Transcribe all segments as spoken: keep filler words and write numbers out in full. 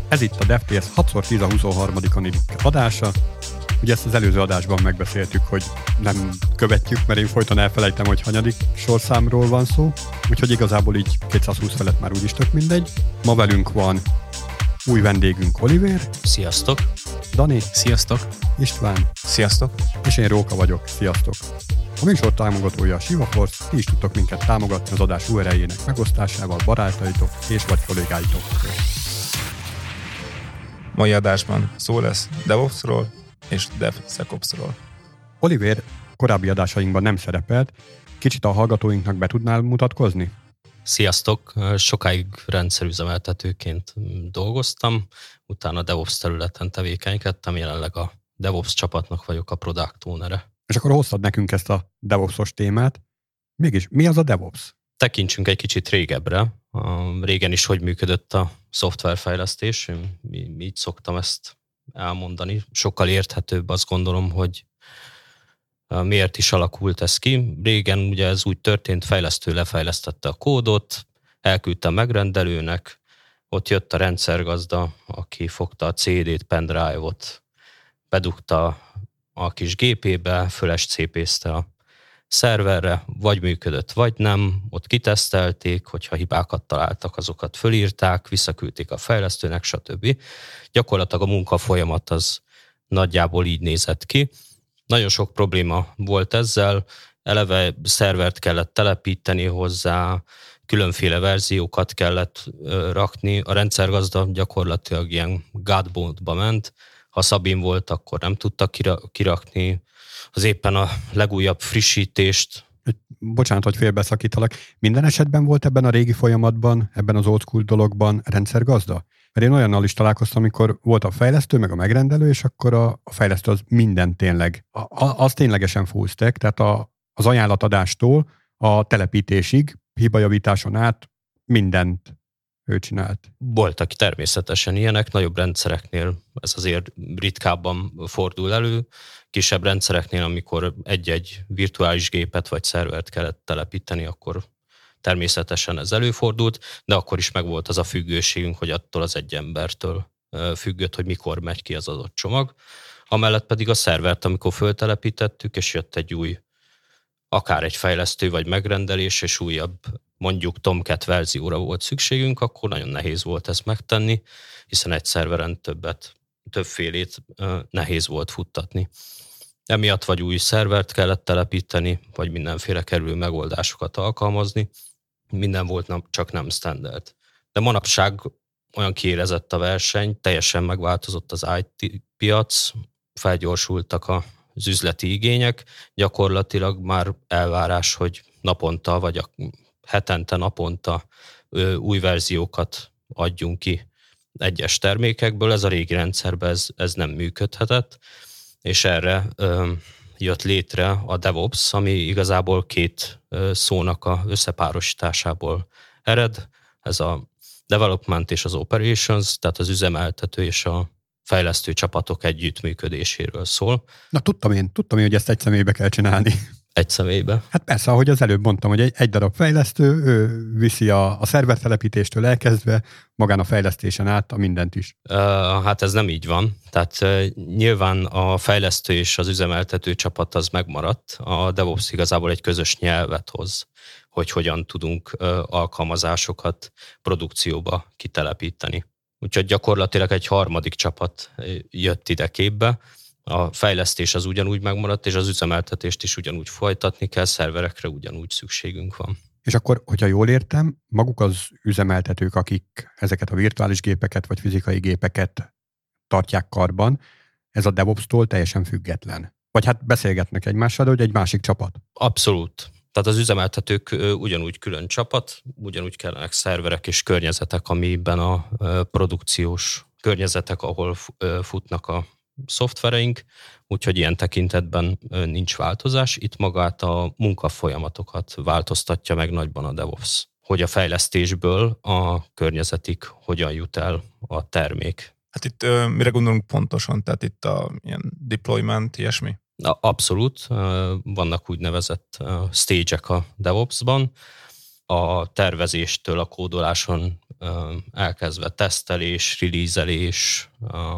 Ez itt a DevTales hat szor tíz a huszonharmadik adása. Ugye ezt az előző adásban megbeszéltük, hogy nem követjük, mert én folyton elfelejtem, hogy hanyadik sorszámról van szó, úgyhogy igazából így kétszázhúsz felett már úgyis tök mindegy. Ma velünk van új vendégünk Oliver. Sziasztok! Dani. Sziasztok! István. Sziasztok! És én Róka vagyok. Sziasztok! A műsor támogatója a ShivaForce, ti is tudtok minket támogatni az adás u er el-jének megosztásával barátaitok és vagy kollégáitok. Mai adásban szó lesz DevOpsról és DevSecOpsról. Oliver korábbi adásainkban nem szerepelt, kicsit a hallgatóinknak be tudnál mutatkozni? Sziasztok! Sokáig rendszerüzemeltetőként dolgoztam, utána DevOps területen tevékenykedtem, jelenleg a DevOps csapatnak vagyok a product owner-e. És akkor hoztad nekünk ezt a DevOps-os témát. Mégis, mi az a DevOps? Tekintsünk egy kicsit régebbre. Régen is hogy működött a szoftverfejlesztés, én így szoktam ezt elmondani. Sokkal érthetőbb, azt gondolom, hogy miért is alakult ez ki. Régen ugye ez úgy történt, fejlesztő lefejlesztette a kódot, elküldte a megrendelőnek, ott jött a rendszergazda, aki fogta a cé dét, pendrive-ot, bedugta a kis gépébe, föl es cé pézte a szerverre, vagy működött, vagy nem, ott kitesztelték, hogyha hibákat találtak, azokat fölírták, visszaküldték a fejlesztőnek, stb. Gyakorlatilag a munkafolyamat az nagyjából így nézett ki. Nagyon sok probléma volt ezzel, eleve szervert kellett telepíteni hozzá, különféle verziókat kellett rakni, a rendszergazda gyakorlatilag ilyen godmode-ba ment, ha Sabin volt, akkor nem tudta kirakni az éppen a legújabb frissítést. Bocsánat, hogy félbeszakítalak. Minden esetben volt ebben a régi folyamatban, ebben az old school dologban rendszergazda? Mert én olyannal is találkoztam, amikor volt a fejlesztő, meg a megrendelő, és akkor a, a fejlesztő az minden tényleg, a, a, az ténylegesen full stack, tehát a, az ajánlatadástól a telepítésig, hibajavításon át mindent ő csinált. Voltak természetesen ilyenek, nagyobb rendszereknél ez azért ritkábban fordul elő, kisebb rendszereknél, amikor egy-egy virtuális gépet vagy szervert kellett telepíteni, akkor természetesen ez előfordult, de akkor is megvolt az a függőségünk, hogy attól az egy embertől függött, hogy mikor megy ki az adott csomag. Amellett pedig a szervert, amikor föltelepítettük, és jött egy új, akár egy fejlesztő vagy megrendelés, és újabb, mondjuk Tomcat verzióra volt szükségünk, akkor nagyon nehéz volt ezt megtenni, hiszen egy szerveren többet, többfélét nehéz volt futtatni. Emiatt vagy új szervert kellett telepíteni, vagy mindenféle kerülő megoldásokat alkalmazni. Minden volt, csak nem standard. De manapság olyan kiérezett a verseny, teljesen megváltozott az i té piac, felgyorsultak az üzleti igények, gyakorlatilag már elvárás, hogy naponta, vagy a hetente, naponta új verziókat adjunk ki egyes termékekből. Ez a régi rendszerben ez, ez nem működhetett, és erre ö, jött létre a DevOps, ami igazából két ö, szónak a összepárosításából ered. Ez a Development és az Operations, tehát az üzemeltető és a fejlesztő csapatok együttműködéséről szól. Na tudtam én, tudtam én, hogy ezt egy személybe kell csinálni. Egy személybe? Hát persze, ahogy az előbb mondtam, hogy egy, egy darab fejlesztő, ő viszi a, a szervertelepítéstől elkezdve magán a fejlesztésen át a mindent is. Uh, hát ez nem így van. Tehát uh, nyilván a fejlesztő és az üzemeltető csapat az megmaradt. A DevOps igazából egy közös nyelvet hoz, hogy hogyan tudunk uh, alkalmazásokat produkcióba kitelepíteni. Úgyhogy gyakorlatilag egy harmadik csapat jött ide képbe. A fejlesztés az ugyanúgy megmaradt, és az üzemeltetést is ugyanúgy folytatni kell, szerverekre ugyanúgy szükségünk van. És akkor, hogyha jól értem, maguk az üzemeltetők, akik ezeket a virtuális gépeket vagy fizikai gépeket tartják karban, ez a DevOps-tól teljesen független. Vagy hát beszélgetnek egymással, de hogy egy másik csapat. Abszolút. Tehát az üzemeltetők ugyanúgy külön csapat, ugyanúgy kellenek szerverek és környezetek, amiben a produkciós környezetek, ahol futnak a szoftvereink, úgyhogy ilyen tekintetben nincs változás. Itt magát a munkafolyamatokat változtatja meg nagyban a DevOps, hogy a fejlesztésből a környezetig hogyan jut el a termék. Hát itt uh, mire gondolunk pontosan? Tehát itt a ilyen deployment, ilyesmi? Abszolút. Vannak úgynevezett stage-ek a DevOps-ban. A tervezéstől a kódoláson elkezdve tesztelés, releaselés,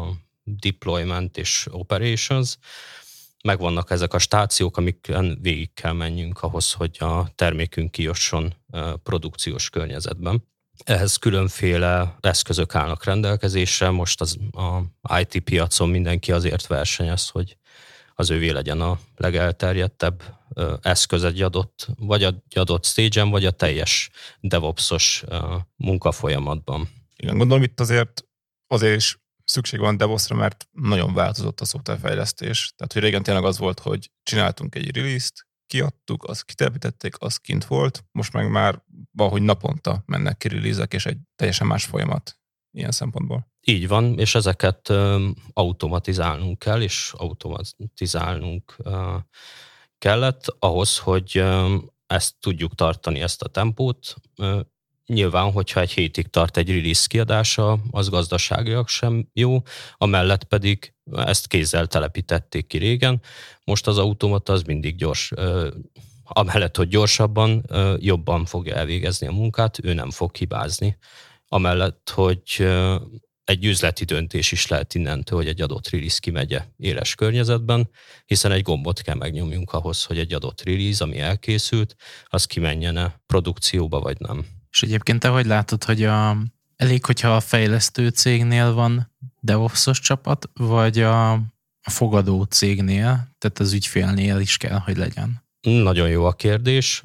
deployment és operations. Megvannak ezek a stációk, amiken végig kell menjünk ahhoz, hogy a termékünk kijusson produkciós környezetben. Ehhez különféle eszközök állnak rendelkezésre. Most az a i té piacon mindenki azért versenyez, hogy az ővé legyen a legelterjedtebb eszköz egy adott, vagy egy adott stage-en, vagy a teljes DevOps-os munkafolyamatban. Igen, gondolom itt azért, azért is szükség van DevOps-ra, mert nagyon változott a szoftverfejlesztés. Tehát, hogy régen tényleg az volt, hogy csináltunk egy release-t, kiadtuk, azt kitelepítették, az kint volt, most meg már valahogy naponta mennek ki release-ek, és egy teljesen más folyamat ilyen szempontból. Így van, és ezeket ö, automatizálnunk kell, és automatizálnunk ö, kellett ahhoz, hogy ö, ezt tudjuk tartani, ezt a tempót. Ö, nyilván, hogyha egy hétig tart egy release kiadása, az gazdaságilag sem jó, amellett pedig ezt kézzel telepítették ki régen. Most az automata az mindig gyors, ö, amellett, hogy gyorsabban, ö, jobban fogja elvégezni a munkát, ő nem fog hibázni. Amellett, hogy egy üzleti döntés is lehet innentől, hogy egy adott release kimegye éles környezetben, hiszen egy gombot kell megnyomjunk ahhoz, hogy egy adott release, ami elkészült, az kimenjene produkcióba, vagy nem. És egyébként te hogy látod, hogy a, elég, hogyha a fejlesztő cégnél van DevOps-os csapat, vagy a, a fogadó cégnél, tehát az ügyfélnél is kell, hogy legyen? Nagyon jó a kérdés.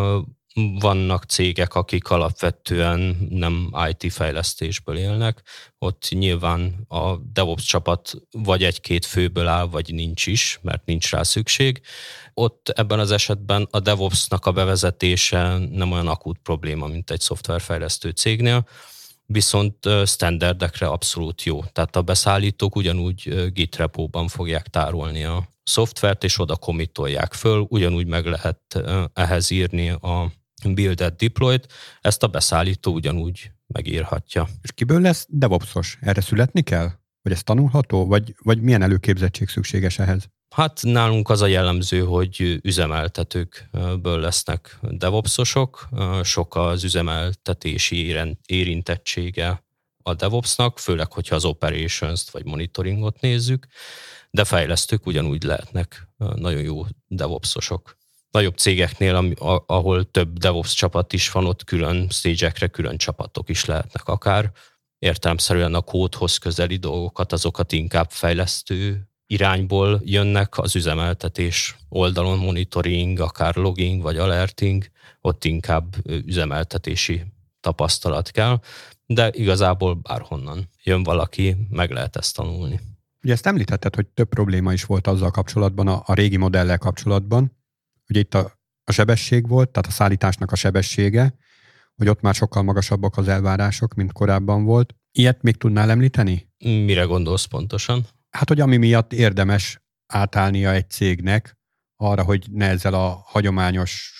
Vannak cégek, akik alapvetően nem i té fejlesztésből élnek. Ott nyilván a DevOps csapat vagy egy-két főből áll, vagy nincs is, mert nincs rá szükség. Ott ebben az esetben a DevOps-nak a bevezetése nem olyan akut probléma, mint egy szoftverfejlesztő cégnél, viszont standardekre abszolút jó. Tehát a beszállítók ugyanúgy Git repóban fogják tárolni a szoftvert, és oda commitolják föl, ugyanúgy meg lehet ehhez írni a build-et, deploy-t, ezt a beszállító ugyanúgy megírhatja. És kiből lesz DevOps-os? Erre születni kell? Vagy ez tanulható? Vagy, vagy milyen előképzettség szükséges ehhez? Hát nálunk az a jellemző, hogy üzemeltetőkből lesznek DevOps-osok, sok az üzemeltetési érintettsége a DevOps-nak, főleg, hogyha az operations-t vagy monitoringot nézzük, de fejlesztők ugyanúgy lehetnek nagyon jó DevOps-osok. Nagyobb cégeknél, ahol több DevOps csapat is van, ott külön stage-ekre külön csapatok is lehetnek akár. Értelemszerűen a kódhoz közeli dolgokat, azokat inkább fejlesztő irányból jönnek, az üzemeltetés oldalon, monitoring, akár logging vagy alerting, ott inkább üzemeltetési tapasztalat kell, de igazából bárhonnan jön valaki, meg lehet ezt tanulni. Ugye ezt említetted, hogy több probléma is volt azzal kapcsolatban, a, a régi modellel kapcsolatban. Ugye itt a, a sebesség volt, tehát a szállításnak a sebessége, hogy ott már sokkal magasabbak az elvárások, mint korábban volt. Ilyet még tudnál említeni? Mire gondolsz pontosan? Hát, hogy ami miatt érdemes átállnia egy cégnek arra, hogy ne ezzel a hagyományos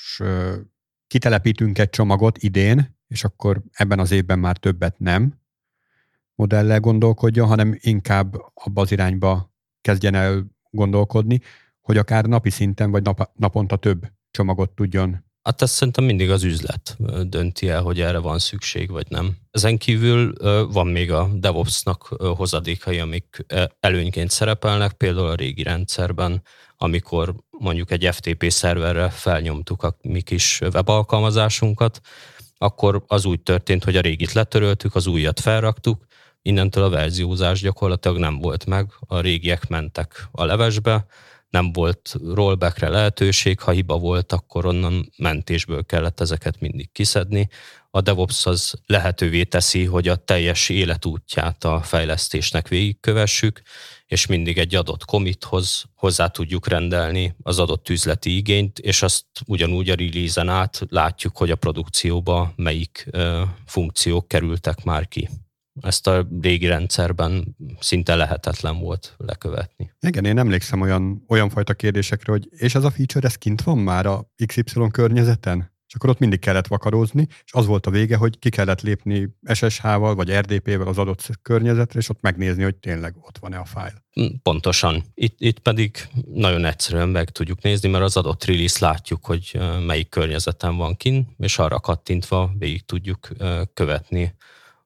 kitelepítünk egy csomagot idén, és akkor ebben az évben már többet nem modellel gondolkodjon, hanem inkább abba az irányba kezdjen el gondolkodni, hogy akár napi szinten vagy nap, naponta több csomagot tudjon. Hát ezt szerintem mindig az üzlet dönti el, hogy erre van szükség, vagy nem. Ezen kívül van még a DevOps-nak hozadékai, amik előnyként szerepelnek, például a régi rendszerben, amikor mondjuk egy ef té pé szerverre felnyomtuk a mi kis webalkalmazásunkat, akkor az úgy történt, hogy a régit letöröltük, az újat felraktuk, innentől a verziózás gyakorlatilag nem volt meg, a régiek mentek a levesbe, nem volt rollbackre lehetőség, ha hiba volt, akkor onnan mentésből kellett ezeket mindig kiszedni. A DevOps az lehetővé teszi, hogy a teljes életútját a fejlesztésnek végigkövessük, és mindig egy adott commithoz hozzá tudjuk rendelni az adott üzleti igényt, és azt ugyanúgy a release-en át látjuk, hogy a produkcióba melyik uh, funkciók kerültek már ki. Ezt a régi rendszerben szinte lehetetlen volt lekövetni. Igen, én emlékszem olyan, olyan fajta kérdésekre, hogy és ez a feature, ez kint van már a iksz ipszilon környezeten? És akkor ott mindig kellett vakarózni, és az volt a vége, hogy ki kellett lépni es es há-val vagy er dé pé-vel az adott környezetre, és ott megnézni, hogy tényleg ott van-e a fájl. Pontosan. Itt, itt pedig nagyon egyszerűen meg tudjuk nézni, mert az adott release látjuk, hogy melyik környezeten van kint, és arra kattintva végig tudjuk követni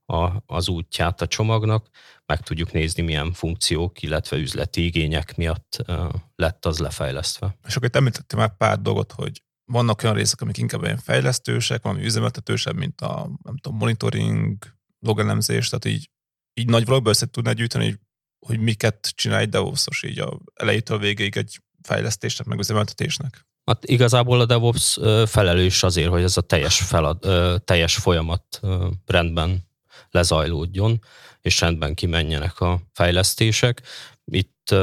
a, az útját a csomagnak, meg tudjuk nézni, milyen funkciók, illetve üzleti igények miatt uh, lett az lefejlesztve. És akkor itt említettem már pár dolgot, hogy vannak olyan részek, amik inkább olyan fejlesztősek, valami üzemeltetősebb, mint a nem tudom, monitoring, logelemzés, tehát így, így nagy valóban össze tudnád gyűjteni, hogy, hogy miket csinál egy DevOps-os így a elejétől végéig egy fejlesztésnek, meg üzemeltetésnek. Hát igazából a DevOps felelős azért, hogy ez a teljes, felad, teljes folyamat rendben lezajlódjon, és rendben kimenjenek a fejlesztések. Itt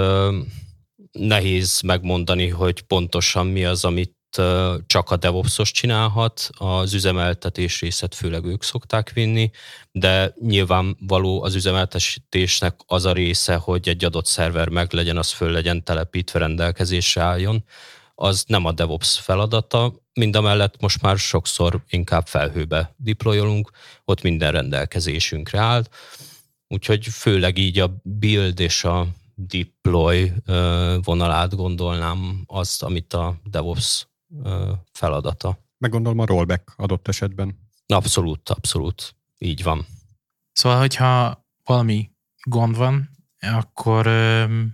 nehéz megmondani, hogy pontosan mi az, amit csak a DevOps-os csinálhat, az üzemeltetés részét főleg ők szokták vinni, de nyilvánvaló az üzemeltetésnek az a része, hogy egy adott szerver meg legyen, az föl legyen telepítve, rendelkezésre álljon, az nem a DevOps feladata, mindamellett most már sokszor inkább felhőbe deployolunk, ott minden rendelkezésünkre áll, úgyhogy főleg így a build és a deploy vonalát gondolnám azt, amit a DevOps feladata. Meg gondolom a rollback adott esetben. Abszolút, abszolút. Így van. Szóval, hogyha valami gond van, akkor öm,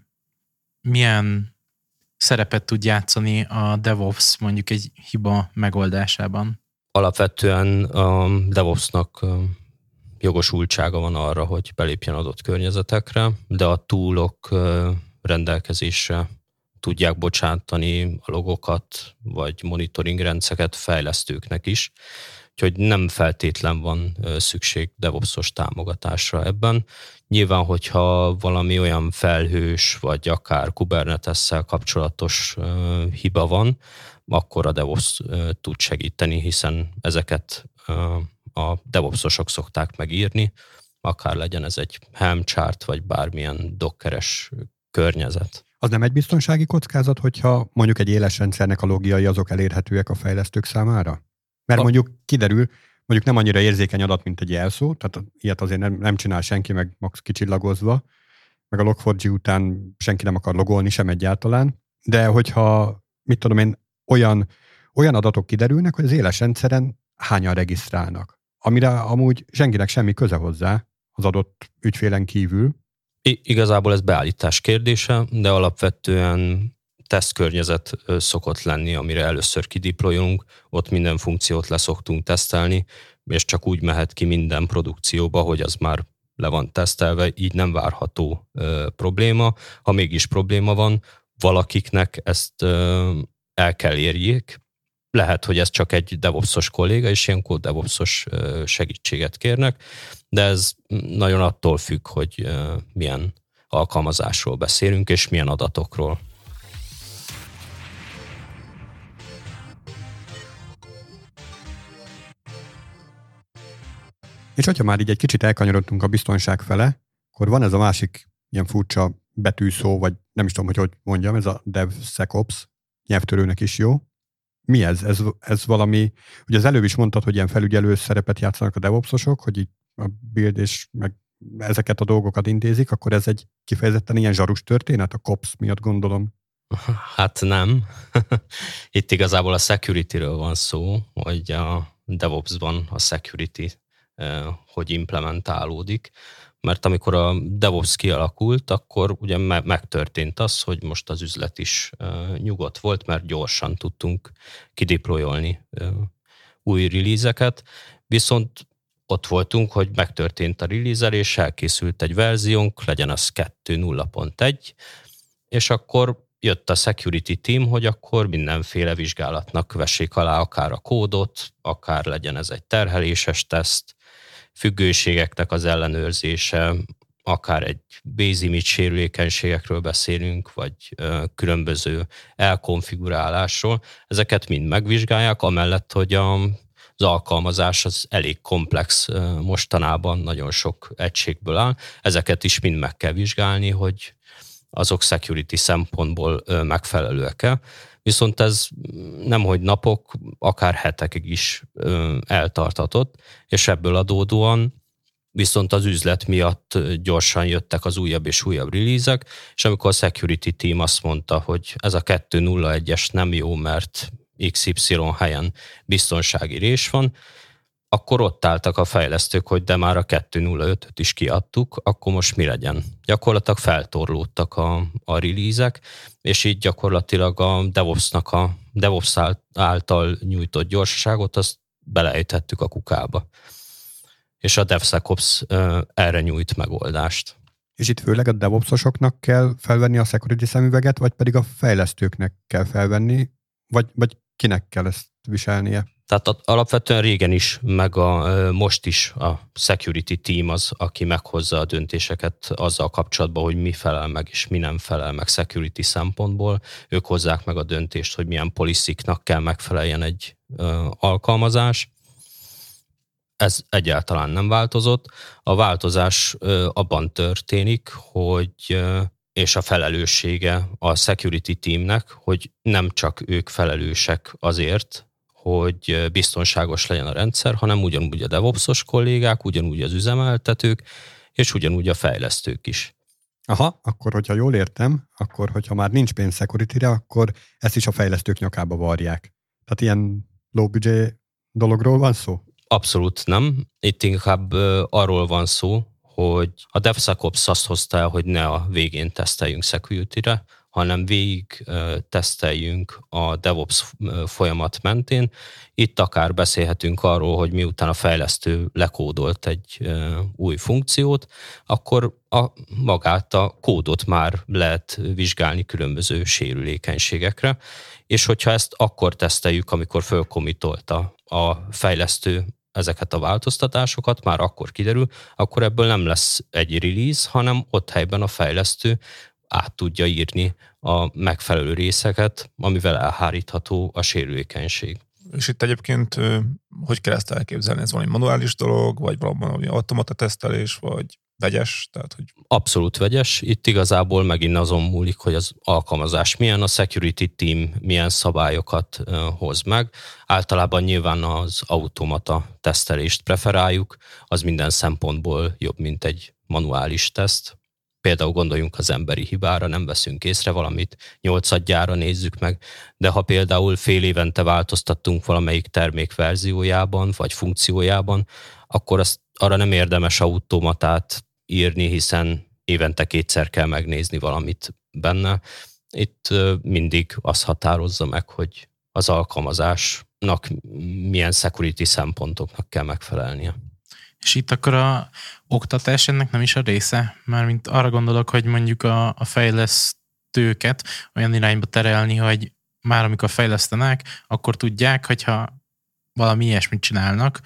milyen szerepet tud játszani a DevOps mondjuk egy hiba megoldásában? Alapvetően a DevOpsnak jogosultsága van arra, hogy belépjen adott környezetekre, de a toolok rendelkezésre tudják bocsátani a logokat, vagy monitoring rendszereket fejlesztőknek is. Úgyhogy nem feltétlen van szükség DevOps-os támogatásra ebben. Nyilván, hogyha valami olyan felhős, vagy akár Kubernetes-szel kapcsolatos uh, hiba van, akkor a DevOps uh, tud segíteni, hiszen ezeket uh, a DevOps-osok szokták megírni, akár legyen ez egy Helm chart, vagy bármilyen dockeres környezet. Az nem egy biztonsági kockázat, hogyha mondjuk egy éles rendszernek a logjai azok elérhetőek a fejlesztők számára? Mert mondjuk kiderül, mondjuk nem annyira érzékeny adat, mint egy jelszó, tehát ilyet azért nem, nem csinál senki, meg max kicsillagozva, meg a log four j után senki nem akar logolni sem egyáltalán, de hogyha, mit tudom én, olyan, olyan adatok kiderülnek, hogy az éles rendszeren hányan regisztrálnak, amire amúgy senkinek semmi köze hozzá az adott ügyfélen kívül. I- igazából ez beállítás kérdése, de alapvetően tesztkörnyezet szokott lenni, amire először kideployolunk, ott minden funkciót leszoktunk tesztelni, és csak úgy mehet ki minden produkcióba, hogy az már le van tesztelve, így nem várható ö, probléma. Ha mégis probléma van, valakiknek ezt ö, el kell érjék. Lehet, hogy ez csak egy DevOps-os kolléga, és ilyenkor DevOps-os ö, segítséget kérnek, de ez nagyon attól függ, hogy ö, milyen alkalmazásról beszélünk, és milyen adatokról. És hogyha már így egy kicsit elkanyarodtunk a biztonság fele, akkor van ez a másik ilyen furcsa betűszó, vagy nem is tudom, hogy hogy mondjam, ez a DevSecOps, nyelvtörőnek is jó. Mi ez? Ez, ez valami, ugye az előbb is mondtad, hogy ilyen felügyelő szerepet játszanak a DevOps-osok, hogy így a build és meg ezeket a dolgokat intézik, akkor ez egy kifejezetten ilyen zsarus történet, a kops miatt gondolom. Hát nem. Itt igazából a security-ről van szó, hogy a DevOps-ban a security hogy implementálódik, mert amikor a DevOps kialakult, akkor ugye megtörtént az, hogy most az üzlet is nyugodt volt, mert gyorsan tudtunk kideployolni új release-eket, viszont ott voltunk, hogy megtörtént a release-elés, elkészült egy verziónk, legyen az kettő nulla pont egy, és akkor jött a security team, hogy akkor mindenféle vizsgálatnak vessék alá akár a kódot, akár legyen ez egy terheléses teszt, függőségeknek az ellenőrzése, akár egy base image sérülékenységekről beszélünk, vagy ö, különböző elkonfigurálásról. Ezeket mind megvizsgálják, amellett, hogy a, az alkalmazás az elég komplex ö, mostanában, nagyon sok egységből áll. Ezeket is mind meg kell vizsgálni, hogy azok security szempontból ö, megfelelőek-e. Viszont ez nemhogy napok, akár hetekig is ö, eltartatott, és ebből adódóan viszont az üzlet miatt gyorsan jöttek az újabb és újabb release-ek, és amikor a security team azt mondta, hogy ez a kettő nulla egyes nem jó, mert iksz ipszilon helyen biztonsági rés van, akkor ott álltak a fejlesztők, hogy de már a kettő nulla ötöt is kiadtuk, akkor most mi legyen? Gyakorlatilag feltorlódtak a, a release-ek, és így gyakorlatilag a DevOps-nak a DevOps által nyújtott gyorsaságot, azt belejtettük a kukába. És a DevSecOps erre nyújt megoldást. És itt főleg a DevOps-osoknak kell felvenni a security szemüveget, vagy pedig a fejlesztőknek kell felvenni, vagy, vagy kinek kell ezt viselnie? Tehát alapvetően régen is, meg a, most is a security team az, aki meghozza a döntéseket azzal kapcsolatban, hogy mi felel meg és mi nem felel meg security szempontból. Ők hozzák meg a döntést, hogy milyen policy-knak kell megfeleljen egy ö, alkalmazás. Ez egyáltalán nem változott. A változás ö, abban történik, hogy ö, és a felelőssége a security teamnek, hogy nem csak ők felelősek azért, hogy biztonságos legyen a rendszer, hanem ugyanúgy a DevOps-os kollégák, ugyanúgy az üzemeltetők, és ugyanúgy a fejlesztők is. Aha, akkor hogyha jól értem, akkor hogyha már nincs pénz security-re, akkor ezt is a fejlesztők nyakába varják. Tehát ilyen low budget dologról van szó? Abszolút nem. Itt inkább arról van szó, hogy a DevSecOps azt hozta el, hogy ne a végén teszteljünk security-re, hanem végig teszteljünk a DevOps folyamat mentén. Itt akár beszélhetünk arról, hogy miután a fejlesztő lekódolt egy új funkciót, akkor a, magát a kódot már lehet vizsgálni különböző sérülékenységekre, és hogyha ezt akkor teszteljük, amikor fölkomitolta a fejlesztő ezeket a változtatásokat, már akkor kiderül, akkor ebből nem lesz egy release, hanem ott helyben a fejlesztő át tudja írni a megfelelő részeket, amivel elhárítható a sérülékenység. És itt egyébként hogy kell ezt elképzelni? Ez valami manuális dolog, vagy valami automata tesztelés, vagy vegyes? Tehát, hogy... Abszolút vegyes. Itt igazából megint azon múlik, hogy az alkalmazás milyen, a security team milyen szabályokat hoz meg. Általában nyilván az automata tesztelést preferáljuk, az minden szempontból jobb, mint egy manuális teszt. Például gondoljunk az emberi hibára, nem veszünk észre valamit, nyolcadjára nézzük meg, de ha például fél évente változtattunk valamelyik termék verziójában, vagy funkciójában, akkor azt, arra nem érdemes automatát írni, hiszen évente kétszer kell megnézni valamit benne. Itt mindig az határozza meg, hogy az alkalmazásnak milyen security szempontoknak kell megfelelnie. És itt akkor a oktatás ennek nem is a része? Mármint arra gondolok, hogy mondjuk a, a fejlesztőket olyan irányba terelni, hogy már amikor fejlesztenek, akkor tudják, hogyha valami ilyesmit csinálnak,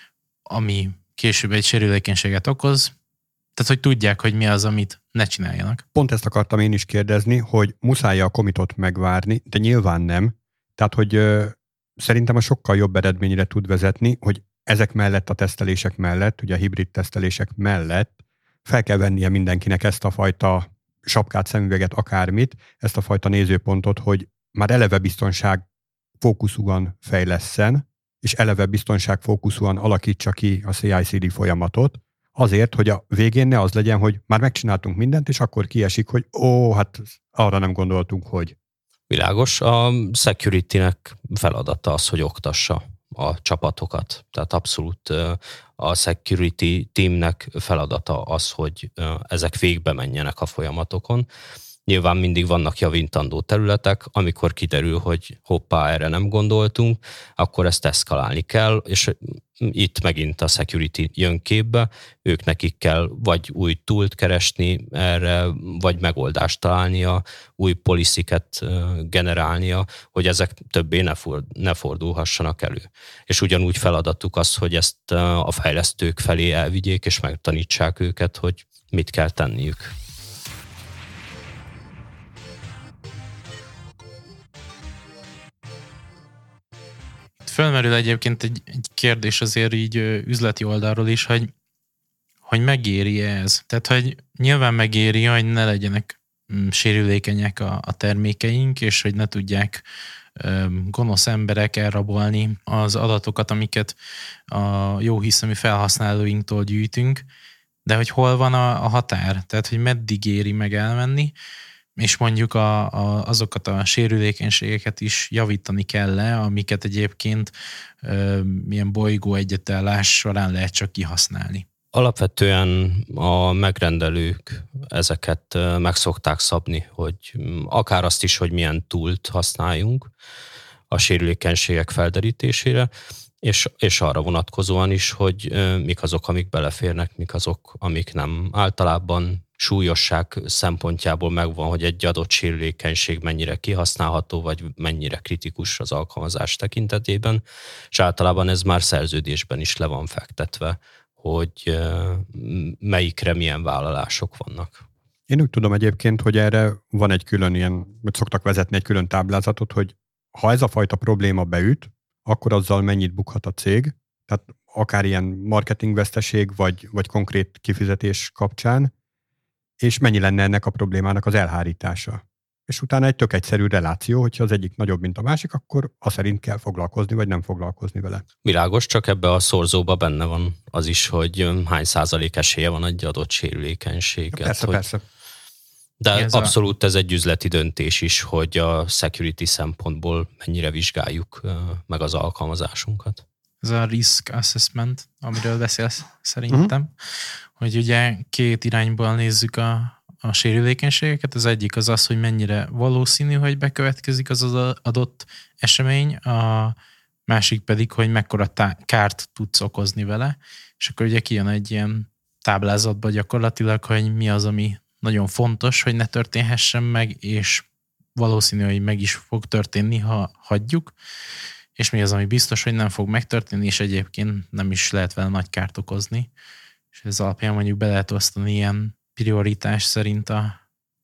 ami később egy sérülékenységet okoz, tehát hogy tudják, hogy mi az, amit ne csináljanak. Pont ezt akartam én is kérdezni, hogy muszáj a commitot megvárni, de nyilván nem. Tehát, hogy ö, szerintem a sokkal jobb eredményre tud vezetni, hogy ezek mellett, a tesztelések mellett, ugye a hibrid tesztelések mellett fel kell vennie mindenkinek ezt a fajta sapkát, szemüveget, akármit, ezt a fajta nézőpontot, hogy már eleve biztonság fókuszúan fejlesszen, és eleve biztonság fókuszúan alakítsa ki a cé i cé dé folyamatot, azért, hogy a végén ne az legyen, hogy már megcsináltunk mindent, és akkor kiesik, hogy ó, hát arra nem gondoltunk, hogy. Világos. A security-nek feladata az, hogy oktassa a csapatokat. Tehát abszolút a security teamnek feladata az, hogy ezek végbe menjenek a folyamatokon. Nyilván mindig vannak javítandó területek, amikor kiderül, hogy hoppá, erre nem gondoltunk, akkor ezt eszkalálni kell, és itt megint a security jön képbe, ők nekik kell vagy új toolt keresni erre, vagy megoldást találnia, új policy-ket generálnia, hogy ezek többé ne, ford, ne fordulhassanak elő. És ugyanúgy feladatuk az, hogy ezt a fejlesztők felé elvigyék, és megtanítsák őket, hogy mit kell tenniük. Fölmerül egyébként egy, egy kérdés azért így üzleti oldalról is, hogy, hogy megéri ez. Tehát, hogy nyilván megéri, hogy ne legyenek sérülékenyek a, a termékeink, és hogy ne tudják gonosz emberek elrabolni az adatokat, amiket a jó hiszemű felhasználóinktól gyűjtünk, de hogy hol van a, a határ? Tehát, hogy meddig éri meg elmenni, és mondjuk a, a, azokat a sérülékenységeket is javítani kell-e, amiket egyébként ö, milyen bolygó egyetállás során lehet csak kihasználni. Alapvetően a megrendelők ezeket meg szokták szabni, hogy akár azt is, hogy milyen túlt használjunk a sérülékenységek felderítésére, és, és arra vonatkozóan is, hogy mik azok, amik beleférnek, mik azok, amik nem. Általában súlyosság szempontjából megvan, hogy egy adott sérülékenység mennyire kihasználható, vagy mennyire kritikus az alkalmazás tekintetében, és általában ez már szerződésben is le van fektetve, hogy melyikre milyen vállalások vannak. Én úgy tudom egyébként, hogy erre van egy külön ilyen, hogy szoktak vezetni egy külön táblázatot, hogy ha ez a fajta probléma beüt, akkor azzal mennyit bukhat a cég, tehát akár ilyen marketingveszteség, vagy, vagy konkrét kifizetés kapcsán, és mennyi lenne ennek a problémának az elhárítása. És utána egy tök egyszerű reláció, hogyha az egyik nagyobb, mint a másik, akkor az szerint kell foglalkozni, vagy nem foglalkozni vele. Világos, csak ebbe a szorzóba benne van az is, hogy hány százalék esélye van egy adott sérülékenységet. Persze, hogy... persze. De ez abszolút a... ez egy üzleti döntés is, hogy a security szempontból mennyire vizsgáljuk meg az alkalmazásunkat. Ez a risk assessment, amiről beszélsz szerintem, uh-huh. hogy ugye két irányból nézzük a, a sérülékenységeket. Az egyik az az, hogy mennyire valószínű, hogy bekövetkezik az az adott esemény, a másik pedig, hogy mekkora tá- kárt tudsz okozni vele, és akkor ugye kijön egy ilyen táblázatba gyakorlatilag, hogy mi az, ami nagyon fontos, hogy ne történhessen meg, és valószínű, hogy meg is fog történni, ha hagyjuk, és mi az, ami biztos, hogy nem fog megtörténni, és egyébként nem is lehet vele nagy kárt okozni. És ez alapján mondjuk be lehet osztani ilyen prioritás szerint a,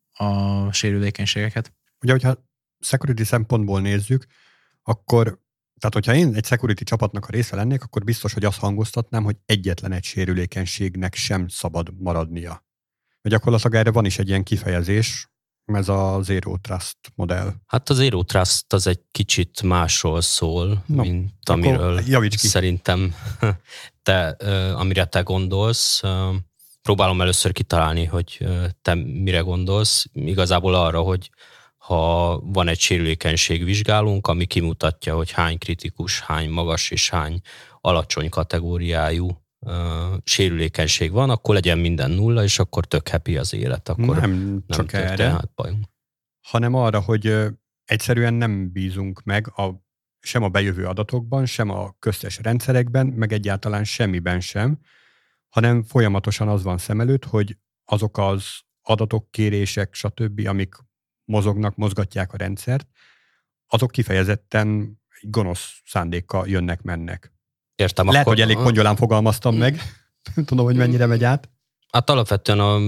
a sérülékenységeket. Ugye, hogyha security szempontból nézzük, akkor, tehát hogyha én egy security csapatnak a része lennék, akkor biztos, hogy azt hangoztatnám, hogy egyetlen egy sérülékenységnek sem szabad maradnia. Vagy gyakorlatilag erre van is egy ilyen kifejezés, ez a Zero Trust modell. Hát a Zero Trust az egy kicsit másról szól, no, mint amiről szerintem te, amire te gondolsz. Próbálom először kitalálni, hogy te mire gondolsz. Igazából arra, hogy ha van egy sérülékenység vizsgálunk, ami kimutatja, hogy hány kritikus, hány magas és hány alacsony kategóriájú Uh, sérülékenység van, akkor legyen minden nulla, és akkor tök happy az élet. Akkor nem, nem csak erre, hanem arra, hogy uh, egyszerűen nem bízunk meg a, sem a bejövő adatokban, sem a köztes rendszerekben, meg egyáltalán semmiben sem, hanem folyamatosan az van szem előtt, hogy azok az adatok, kérések, stb., amik mozognak, mozgatják a rendszert, azok kifejezetten gonosz szándékkal jönnek-mennek. Értem, Lehet, akkor... hogy elég pongyolán fogalmaztam meg. Nem tudom, hogy mennyire megy át. Hát alapvetően a,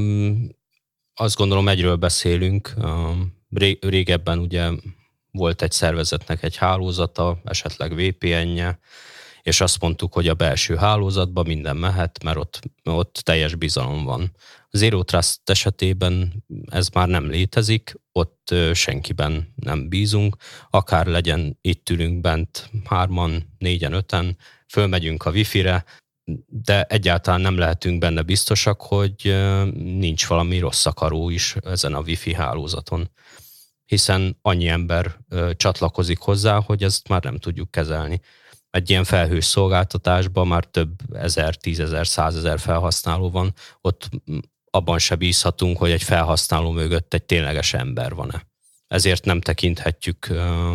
azt gondolom, egyről beszélünk. Régebben ugye volt egy szervezetnek egy hálózata, esetleg vé pé en-je, és azt mondtuk, hogy a belső hálózatban minden mehet, mert ott, ott teljes bizalom van. A Zero Trust esetében ez már nem létezik, ott senkiben nem bízunk, akár legyen itt ülünk bent hárman, négyen, öten, fölmegyünk a Wi-Fi-re, de egyáltalán nem lehetünk benne biztosak, hogy nincs valami rossz akaró is ezen a Wi-Fi hálózaton. Hiszen annyi ember csatlakozik hozzá, hogy ezt már nem tudjuk kezelni. Egy ilyen felhős szolgáltatásban már több ezer, tízezer, százezer felhasználó van, ott abban se bízhatunk, hogy egy felhasználó mögött egy tényleges ember van-e. Ezért nem tekinthetjük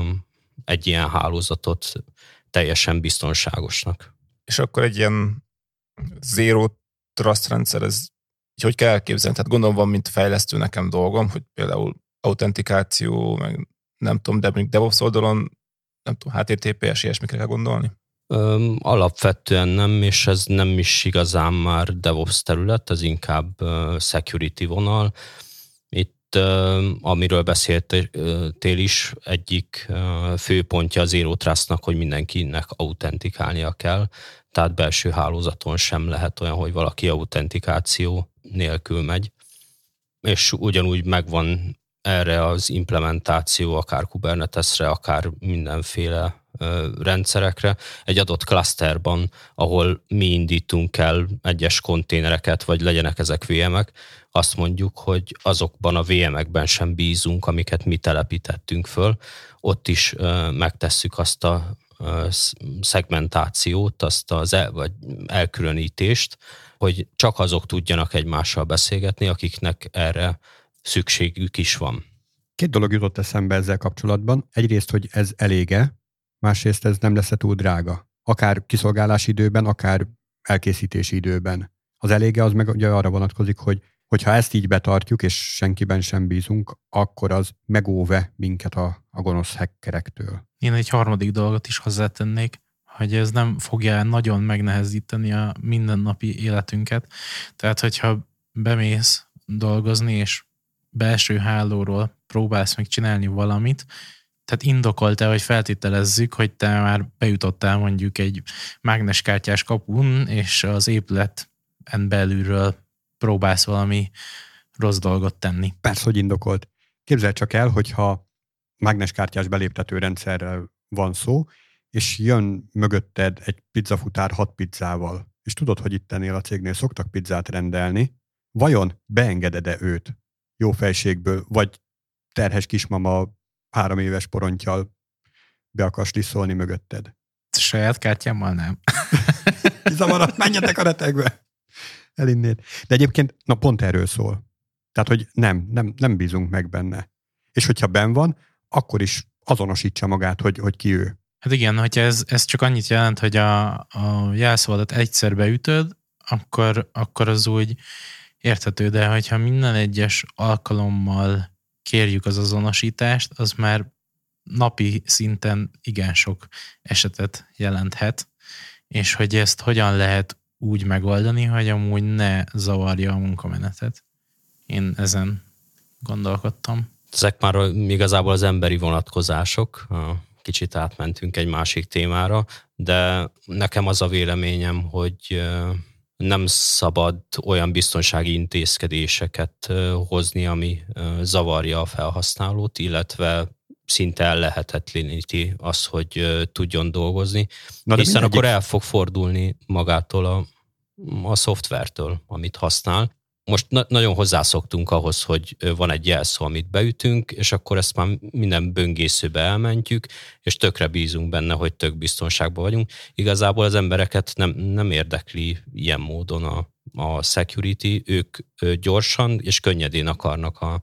egy ilyen hálózatot teljesen biztonságosnak. És akkor egy ilyen Zero Trust rendszer, ez hogy kell elképzelni? Tehát gondolom van, mint fejlesztő nekem dolgom, hogy például autentikáció, meg nem tudom, de mondjuk DevOps oldalon, nem tudom, há té té pé es, ilyesmikre kell gondolni? Ö, alapvetően nem, és ez nem is igazán már DevOps terület, ez inkább uh, security vonal. Itt, uh, amiről beszéltél is, egyik uh, főpontja az Zero Trustnak, hogy mindenkinek autentikálnia kell, tehát belső hálózaton sem lehet olyan, hogy valaki autentikáció nélkül megy. És ugyanúgy megvan erre az implementáció, akár Kubernetesre, akár mindenféle rendszerekre egy adott klaszterban, ahol mi indítunk el egyes konténereket, vagy legyenek ezek vé emek, azt mondjuk, hogy azokban a vé emekben sem bízunk, amiket mi telepítettünk föl. Ott is megtesszük azt a szegmentációt, azt az el, vagy elkülönítést, hogy csak azok tudjanak egymással beszélgetni, akiknek erre szükségük is van. Két dolog jutott eszembe ezzel kapcsolatban. Egyrészt, hogy ez elége, másrészt ez nem lesz túl drága. Akár kiszolgálási időben, akár elkészítési időben. Az elége az meg ugye arra vonatkozik, hogy hogyha ezt így betartjuk, és senkiben sem bízunk, akkor az megóve minket a, a gonosz hackerektől. Én egy harmadik dolgot is hozzátennék, hogy ez nem fogja nagyon megnehezíteni a mindennapi életünket. Tehát, hogyha bemész dolgozni, és belső hálóról próbálsz meg csinálni valamit, tehát indokolt-e, hogy feltételezzük, hogy te már bejutottál mondjuk egy mágneskártyás kapun, és az épületen belülről próbálsz valami rossz dolgot tenni. Persze, hogy indokolt. Képzeld csak el, hogyha mágneskártyás beléptető rendszerrel van szó, és jön mögötted egy pizzafutár hat pizzával, és tudod, hogy itt ennél a cégnél szoktak pizzát rendelni, vajon beengeded-e őt jó fejségből, vagy terhes kismama három éves porontyal be akarsz liszolni mögötted? Saját kártyámmal nem. Zavarat, menjetek a retegbe! Elinnéd. De egyébként, na pont erről szól. Tehát, hogy nem, nem, nem bízunk meg benne. És hogyha benn van, akkor is azonosítsa magát, hogy, hogy ki ő. Hát igen, hogyha ez, ez csak annyit jelent, hogy a, a jelszavadat egyszer beütöd, akkor, akkor az úgy érthető, de hogyha minden egyes alkalommal kérjük az azonosítást, az már napi szinten igen sok esetet jelenthet, és hogy ezt hogyan lehet úgy megoldani, hogy amúgy ne zavarja a munkamenetet. Én ezen gondolkodtam. Ezek már igazából az emberi vonatkozások, kicsit átmentünk egy másik témára, de nekem az a véleményem, hogy nem szabad olyan biztonsági intézkedéseket hozni, ami zavarja a felhasználót, illetve szinte ellehetetleníti az, hogy tudjon dolgozni, Na hiszen akkor el fog fordulni magától a, a szoftvertől, amit használ. Most na- nagyon hozzászoktunk ahhoz, hogy van egy jelszó, amit beütünk, és akkor ezt már minden böngészőbe elmentjük, és tökre bízunk benne, hogy tök biztonságban vagyunk. Igazából az embereket nem, nem érdekli ilyen módon a, a security, ők gyorsan és könnyedén akarnak a,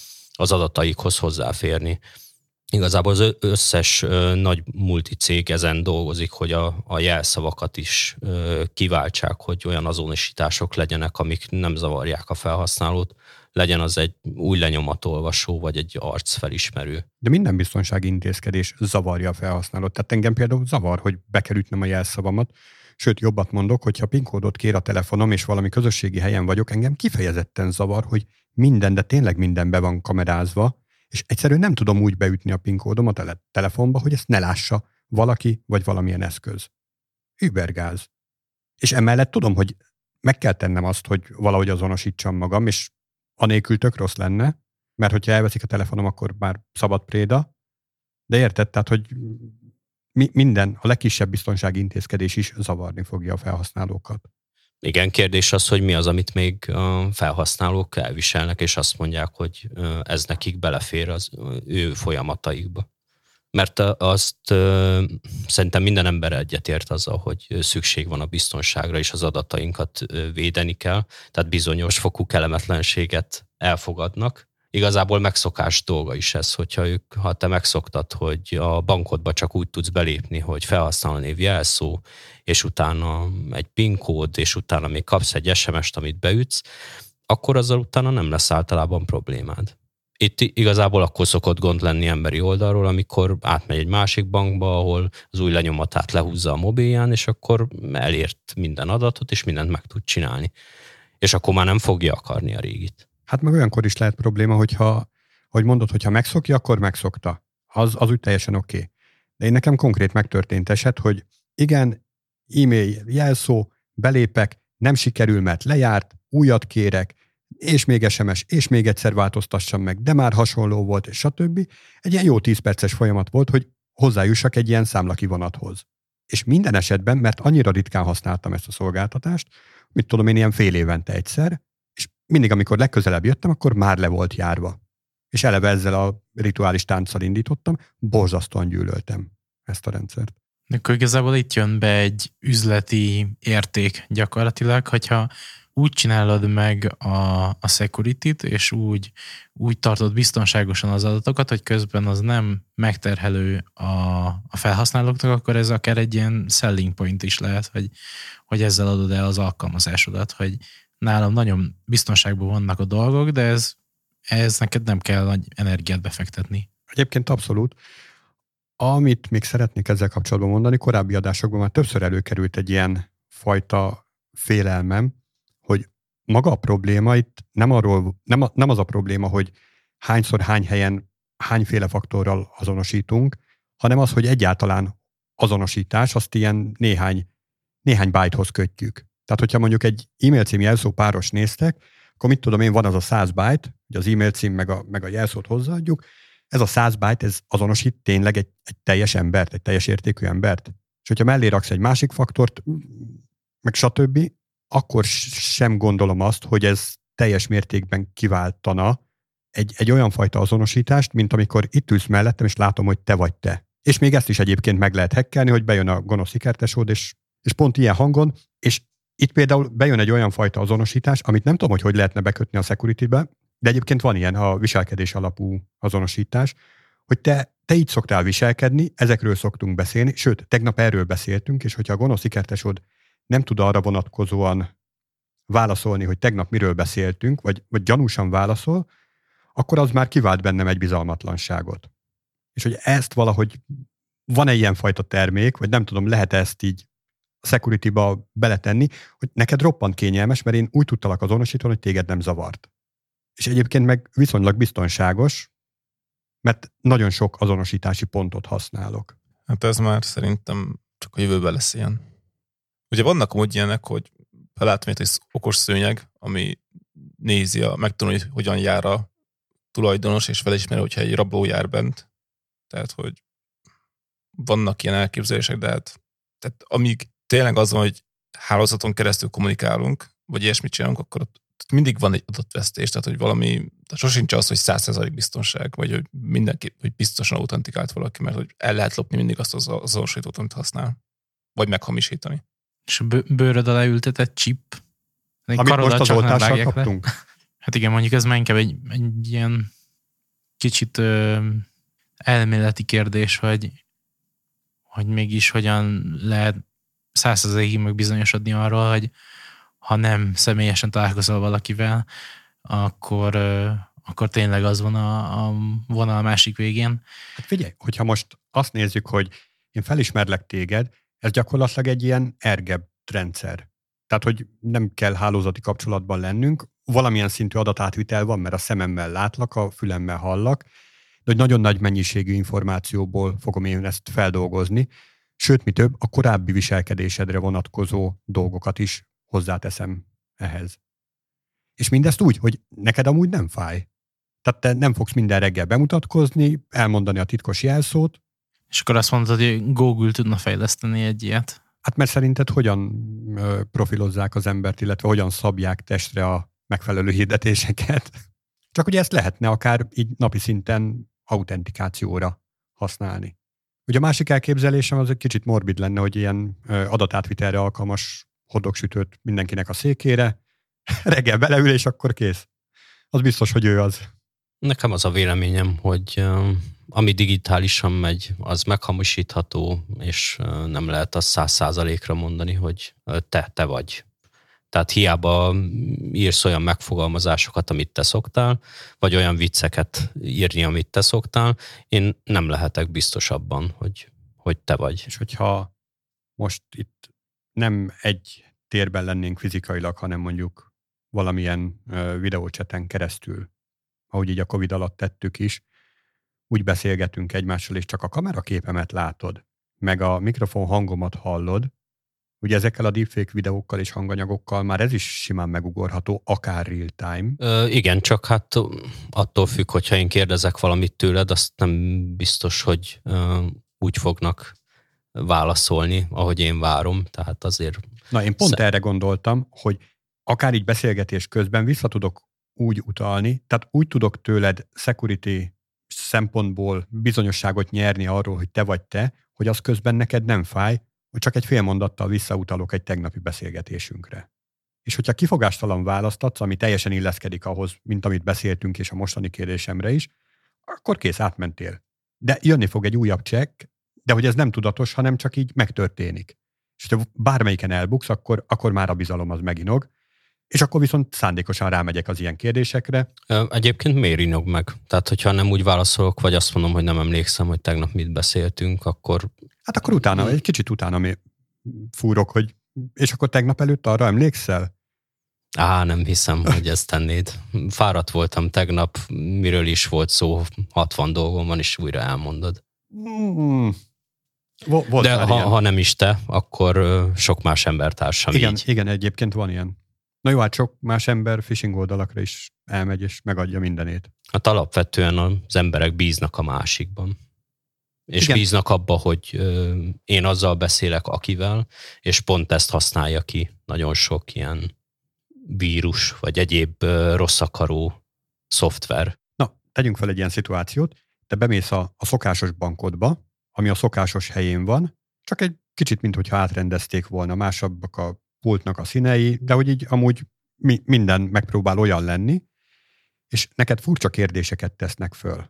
az adataikhoz hozzáférni. Igazából az összes ö, nagy multicég ezen dolgozik, hogy a, a jelszavakat is ö, kiváltsák, hogy olyan azonosítások legyenek, amik nem zavarják a felhasználót, legyen az egy új lenyomatolvasó, vagy egy arcfelismerő. De minden biztonsági intézkedés zavarja a felhasználót. Tehát engem például zavar, hogy be kell ütnöm a jelszavamat, sőt jobbat mondok, hogyha PIN kódot kér a telefonom, és valami közösségi helyen vagyok, engem kifejezetten zavar, hogy minden, de tényleg minden be van kamerázva, és egyszerűen nem tudom úgy beütni a PIN kódomat a tele- telefonba, hogy ezt ne lássa valaki, vagy valamilyen eszköz. Übergáz. És emellett tudom, hogy meg kell tennem azt, hogy valahogy azonosítsam magam, és anélkül tök rossz lenne, mert hogyha elveszik a telefonom, akkor már szabad préda. De érted, tehát, hogy mi, minden, a legkisebb biztonsági intézkedés is zavarni fogja a felhasználókat. Igen, kérdés az, hogy mi az, amit még a felhasználók elviselnek, és azt mondják, hogy ez nekik belefér az ő folyamataikba. Mert azt szerintem minden ember egyetért azzal, hogy szükség van a biztonságra, és az adatainkat védeni kell, tehát bizonyos fokú kellemetlenséget elfogadnak. Igazából megszokás dolga is ez, hogyha ők, ha te megszoktad, hogy a bankodba csak úgy tudsz belépni, hogy felhasználónév jelszó, és utána egy PIN kód, és utána még kapsz egy es em est, amit beütsz, akkor azzal utána nem lesz általában problémád. Itt igazából akkor szokott gond lenni emberi oldalról, amikor átmegy egy másik bankba, ahol az új lenyomatát lehúzza a mobilján, és akkor elért minden adatot, és mindent meg tud csinálni. És akkor már nem fogja akarni a régit. Hát meg olyankor is lehet probléma, hogyha, hogy mondod, hogyha megszokja, akkor megszokta. Az, az úgy teljesen oké. Okay. De én nekem konkrét megtörtént eset, hogy igen, e-mail, jelszó, belépek, nem sikerül, mert lejárt, újat kérek, és még es em es, és még egyszer változtassam meg, de már hasonló volt, és stb. Egy ilyen jó tíz perces folyamat volt, hogy hozzájussak egy ilyen számlakivonathoz. És minden esetben, mert annyira ritkán használtam ezt a szolgáltatást, mit tudom én, ilyen fél évente egyszer, és mindig, amikor legközelebb jöttem, akkor már le volt járva. És eleve ezzel a rituális tánccal indítottam, borzasztóan gyűlöltem ezt a rendszert. De akkor igazából itt jön be egy üzleti érték gyakorlatilag, hogyha úgy csinálod meg a, a security-t, és úgy, úgy tartod biztonságosan az adatokat, hogy közben az nem megterhelő a, a felhasználóknak, akkor ez akár egy ilyen selling point is lehet, hogy, hogy ezzel adod el az alkalmazásodat, hogy nálam nagyon biztonságban vannak a dolgok, de ez, ez neked nem kell nagy energiát befektetni. Egyébként abszolút. Amit még szeretnék ezzel kapcsolatban mondani, korábbi adásokban már többször előkerült egy ilyen fajta félelmem, hogy maga a probléma itt nem, arról, nem, a, nem az a probléma, hogy hányszor, hány helyen, hányféle faktorral azonosítunk, hanem az, hogy egyáltalán azonosítás, azt ilyen néhány, néhány bytehoz kötjük. Tehát, hogyha mondjuk egy e-mail cím jelszó páros néztek, akkor mit tudom én, van az a száz byte, hogy az e-mail cím meg a, meg a jelszót hozzáadjuk, ez a száz byte, ez azonosít tényleg egy, egy teljes embert, egy teljes értékű embert. És hogyha mellé raksz egy másik faktort, meg stb., akkor sem gondolom azt, hogy ez teljes mértékben kiváltana egy, egy olyan fajta azonosítást, mint amikor itt ülsz mellettem, és látom, hogy te vagy te. És még ezt is egyébként meg lehet hackelni, hogy bejön a gonosz ikertesód, és, és pont ilyen hangon, és itt például bejön egy olyan fajta azonosítás, amit nem tudom, hogy hogy lehetne bekötni a security-be, de egyébként van ilyen a viselkedés alapú azonosítás, hogy te, te így szoktál viselkedni, ezekről szoktunk beszélni, sőt, tegnap erről beszéltünk, és hogyha a gonosz ikertesód nem tud arra vonatkozóan válaszolni, hogy tegnap miről beszéltünk, vagy, vagy gyanúsan válaszol, akkor az már kivált bennem egy bizalmatlanságot. És hogy ezt valahogy van-e ilyen fajta termék, vagy nem tudom, lehet ezt így a security-ba beletenni, hogy neked roppant kényelmes, mert én úgy tudtalak azonosítani, hogy téged nem zavart. És egyébként meg viszonylag biztonságos, mert nagyon sok azonosítási pontot használok. Hát ez már szerintem csak a jövőben lesz ilyen. Ugye vannak amúgy ilyenek, hogy belátom, hogy egy okos szőnyeg, ami nézi, a, megtanulja, hogy hogyan jár a tulajdonos, és felismeri, hogyha egy rabló jár bent. Tehát, hogy vannak ilyen elképzelések, de hát tehát amíg tényleg az van, hogy hálózaton keresztül kommunikálunk, vagy ilyesmit csinálunk, akkor ott mindig van egy adatvesztés, tehát hogy valami, sosincs az, hogy száz százalék biztonság, vagy hogy mindenki, hogy biztosan autentikált valaki, mert hogy el lehet lopni mindig azt az azonosítót, amit használ. Vagy meghamisítani. És a bőröd alá ültetett chip. Amit most az oltással kaptunk? Le. Hát igen, mondjuk ez már inkább egy, egy ilyen kicsit ö, elméleti kérdés, hogy, hogy mégis hogyan lehet száz százalékig megbizonyosodni arról, hogy ha nem személyesen találkozol valakivel, akkor, ö, akkor tényleg az van a, a vonal a másik végén. Hát figyelj, hogyha most azt nézzük, hogy én felismerlek téged, ez gyakorlatilag egy ilyen ergebb rendszer. Tehát, hogy nem kell hálózati kapcsolatban lennünk, valamilyen szintű adatátvitel van, mert a szememmel látlak, a fülemmel hallak, de hogy nagyon nagy mennyiségű információból fogom én ezt feldolgozni, sőt, mi több, a korábbi viselkedésedre vonatkozó dolgokat is hozzáteszem ehhez. És mindezt úgy, hogy neked amúgy nem fáj. Tehát te nem fogsz minden reggel bemutatkozni, elmondani a titkos jelszót. És akkor azt mondod, hogy Google tudna fejleszteni egy ilyet? Hát mert szerinted hogyan profilozzák az embert, illetve hogyan szabják testre a megfelelő hirdetéseket? Csak hogy ezt lehetne akár így napi szinten autentikációra használni. Ugye a másik elképzelésem az egy kicsit morbid lenne, hogy ilyen adatátvitelre alkalmas hotdogsütőt mindenkinek a székére, reggel beleül, és akkor kész. Az biztos, hogy ő az. Nekem az a véleményem, hogy ami digitálisan megy, az meghamisítható, és nem lehet azt száz százalékra mondani, hogy te, te vagy. Tehát hiába írsz olyan megfogalmazásokat, amit te szoktál, vagy olyan vicceket írni, amit te szoktál, én nem lehetek biztos abban, hogy, hogy te vagy. És hogyha most itt nem egy térben lennénk fizikailag, hanem mondjuk valamilyen videócseten keresztül, ahogy így a Covid alatt tettük is, úgy beszélgetünk egymással, és csak a kameraképemet látod, meg a mikrofon hangomat hallod, Ugye ezekkel a deepfake videókkal és hanganyagokkal már ez is simán megugorható, akár real time. Ö, igen, csak hát attól függ, hogyha én kérdezek valamit tőled, azt nem biztos, hogy ö, úgy fognak válaszolni, ahogy én várom, tehát azért... Na, én pont Sze... erre gondoltam, hogy akár így beszélgetés közben vissza tudok úgy utalni, tehát úgy tudok tőled security szempontból bizonyosságot nyerni arról, hogy te vagy te, hogy az közben neked nem fáj, hogy csak egy fél mondattal visszautalok egy tegnapi beszélgetésünkre. És hogyha kifogástalan választatsz, ami teljesen illeszkedik ahhoz, mint amit beszéltünk, és a mostani kérdésemre is, akkor kész, átmentél. De jönni fog egy újabb csekk, de hogy ez nem tudatos, hanem csak így megtörténik. És ha bármelyiken elbuksz, akkor, akkor már a bizalom az meginog, és akkor viszont szándékosan rámegyek az ilyen kérdésekre. Egyébként miért inog meg? Tehát, hogyha nem úgy válaszolok, vagy azt mondom, hogy nem emlékszem, hogy tegnap mit beszéltünk, akkor... Hát akkor utána, egy kicsit utána fúrok, hogy és akkor tegnap előtt arra emlékszel? Á, nem hiszem, hogy ezt tennéd. Fáradt voltam tegnap, miről is volt szó, hatvan dolgom van, és újra elmondod. Mm. Volt De ha, ha nem is te, akkor sok más embertársam igen, így. Igen, egyébként van ilyen. Na jó, hát sok más ember phishing oldalakra is elmegy, és megadja mindenét. Hát alapvetően az emberek bíznak a másikban. És igen. Bíznak abba, hogy ö, én azzal beszélek akivel, és pont ezt használja ki nagyon sok ilyen vírus, vagy egyéb ö, rossz akaró szoftver. Na, tegyünk fel egy ilyen szituációt. Te bemész a, a szokásos bankodba, ami a szokásos helyén van, csak egy kicsit, minthogyha átrendezték volna, másabbak a pultnak a színei, de hogy így amúgy mi, minden megpróbál olyan lenni, és neked furcsa kérdéseket tesznek föl.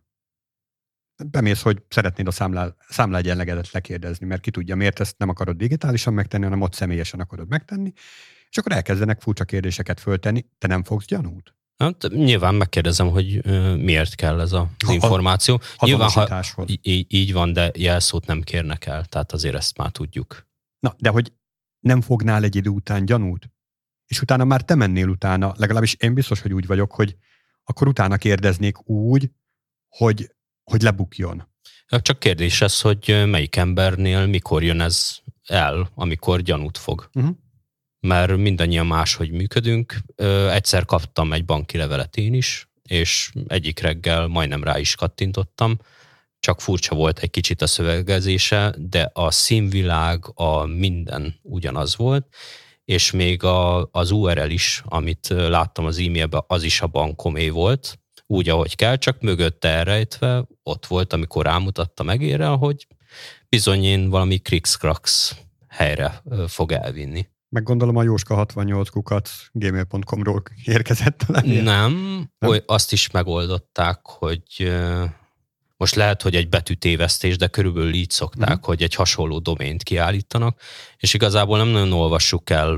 Bemész, hogy szeretnéd a számlá, számláegyenlegedet lekérdezni, mert ki tudja, miért ezt nem akarod digitálisan megtenni, hanem ott személyesen akarod megtenni, és akkor elkezdenek furcsa kérdéseket föltenni, te nem fogsz gyanút? Hát, nyilván megkérdezem, hogy ö, miért kell ez az ha, információ. Nyilván, ha így, így van, de jelszót nem kérnek el, tehát azért ezt már tudjuk. Na, de hogy nem fognál egy idő után gyanút? És utána már te mennél utána, legalábbis én biztos, hogy úgy vagyok, hogy akkor utána kérdeznék úgy, hogy, hogy lebukjon. Csak kérdés ez, hogy melyik embernél mikor jön ez el, amikor gyanút fog. Uh-huh. Mert mindannyian máshogy működünk. Egyszer kaptam egy banki levelet én is, és egyik reggel majdnem rá is kattintottam, csak furcsa volt egy kicsit a szövegezése, de a színvilág, a minden ugyanaz volt, és még a, az u er el is, amit láttam az e-mailben, az is a bankomé volt, úgy, ahogy kell, csak mögötte elrejtve ott volt, amikor rámutatta megére, hogy bizony én valami krikszkraks helyre fog elvinni. Meg gondolom a Jóska hatvannyolc kukac gmail pont com-ról érkezett a levél. Nem, Nem? Oly, azt is megoldották, hogy most lehet, hogy egy betűtévesztés, de körülbelül így szokták, uh-huh. hogy egy hasonló domént kiállítanak, és igazából nem nagyon olvassuk el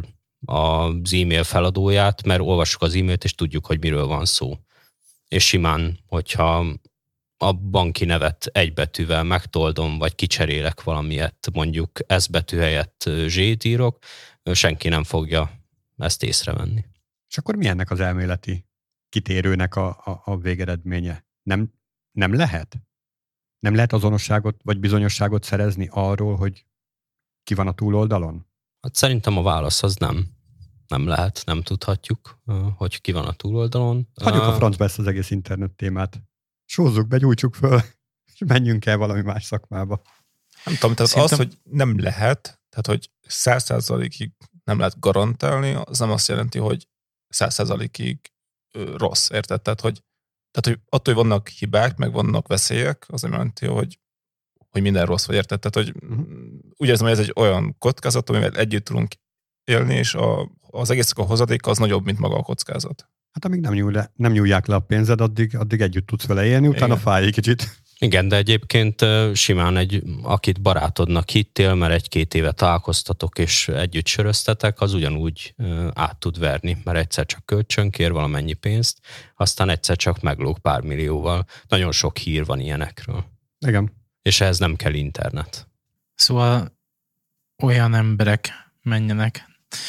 az e-mail feladóját, mert olvassuk az e-mailt, és tudjuk, hogy miről van szó. És simán, hogyha a banki nevet egy betűvel megtoldom, vagy kicserélek valamilyet, mondjuk S betű helyett Z-t írok, senki nem fogja ezt észrevenni. És akkor mi ennek az elméleti kitérőnek a, a, a végeredménye? Nem, nem lehet? Nem lehet azonosságot vagy bizonyosságot szerezni arról, hogy ki van a túloldalon? Hát szerintem a válasz az nem. Nem lehet, nem tudhatjuk, hogy ki van a túloldalon. Hagyjuk a francba ezt az egész internet témát. Sózzuk be, gyújtsuk föl, és menjünk el valami más szakmába. Nem tudom, tehát Szerintem... az, hogy nem lehet, tehát hogy száz százalékig nem lehet garantálni, az nem azt jelenti, hogy száz százalékig rossz, érted? Tehát, hogy, tehát, hogy attól, hogy vannak hibák, meg vannak veszélyek, az nem jelenti, hogy, hogy minden rossz, vagy érted? Tehát, hogy uh-huh. úgy érzem, hogy ez egy olyan kockázat, amivel együtt tudunk élni, és a, az egésznek a hozadéka az nagyobb, mint maga a kockázat. Hát amíg nem, nyúl le, nem nyúlják le a pénzed, addig, addig együtt tudsz vele élni, utána Igen. fáj egy kicsit. Igen, de egyébként simán egy, akit barátodnak hittél, mert egy-két éve találkoztatok és együtt söröztetek, az ugyanúgy át tud verni, mert egyszer csak kölcsön kér valamennyi pénzt, aztán egyszer csak meglóg pár millióval. Nagyon sok hír van ilyenekről. Igen. És ehhez nem kell internet. Szóval olyan emberek menjenek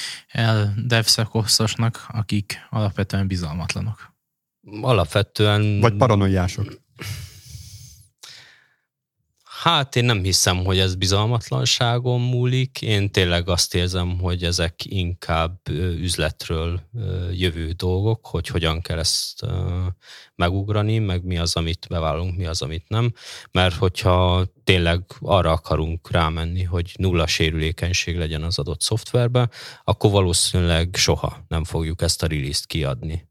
el DevSecOps-osnak, akik alapvetően bizalmatlanok. Alapvetően... Vagy paranoiások. Hát én nem hiszem, hogy ez bizalmatlanságon múlik. Én tényleg azt érzem, hogy ezek inkább üzletről jövő dolgok, hogy hogyan kell ezt megugrani, meg mi az, amit bevállalunk, mi az, amit nem. Mert hogyha tényleg arra akarunk rámenni, hogy nulla sérülékenység legyen az adott szoftverbe, akkor valószínűleg soha nem fogjuk ezt a release-t kiadni.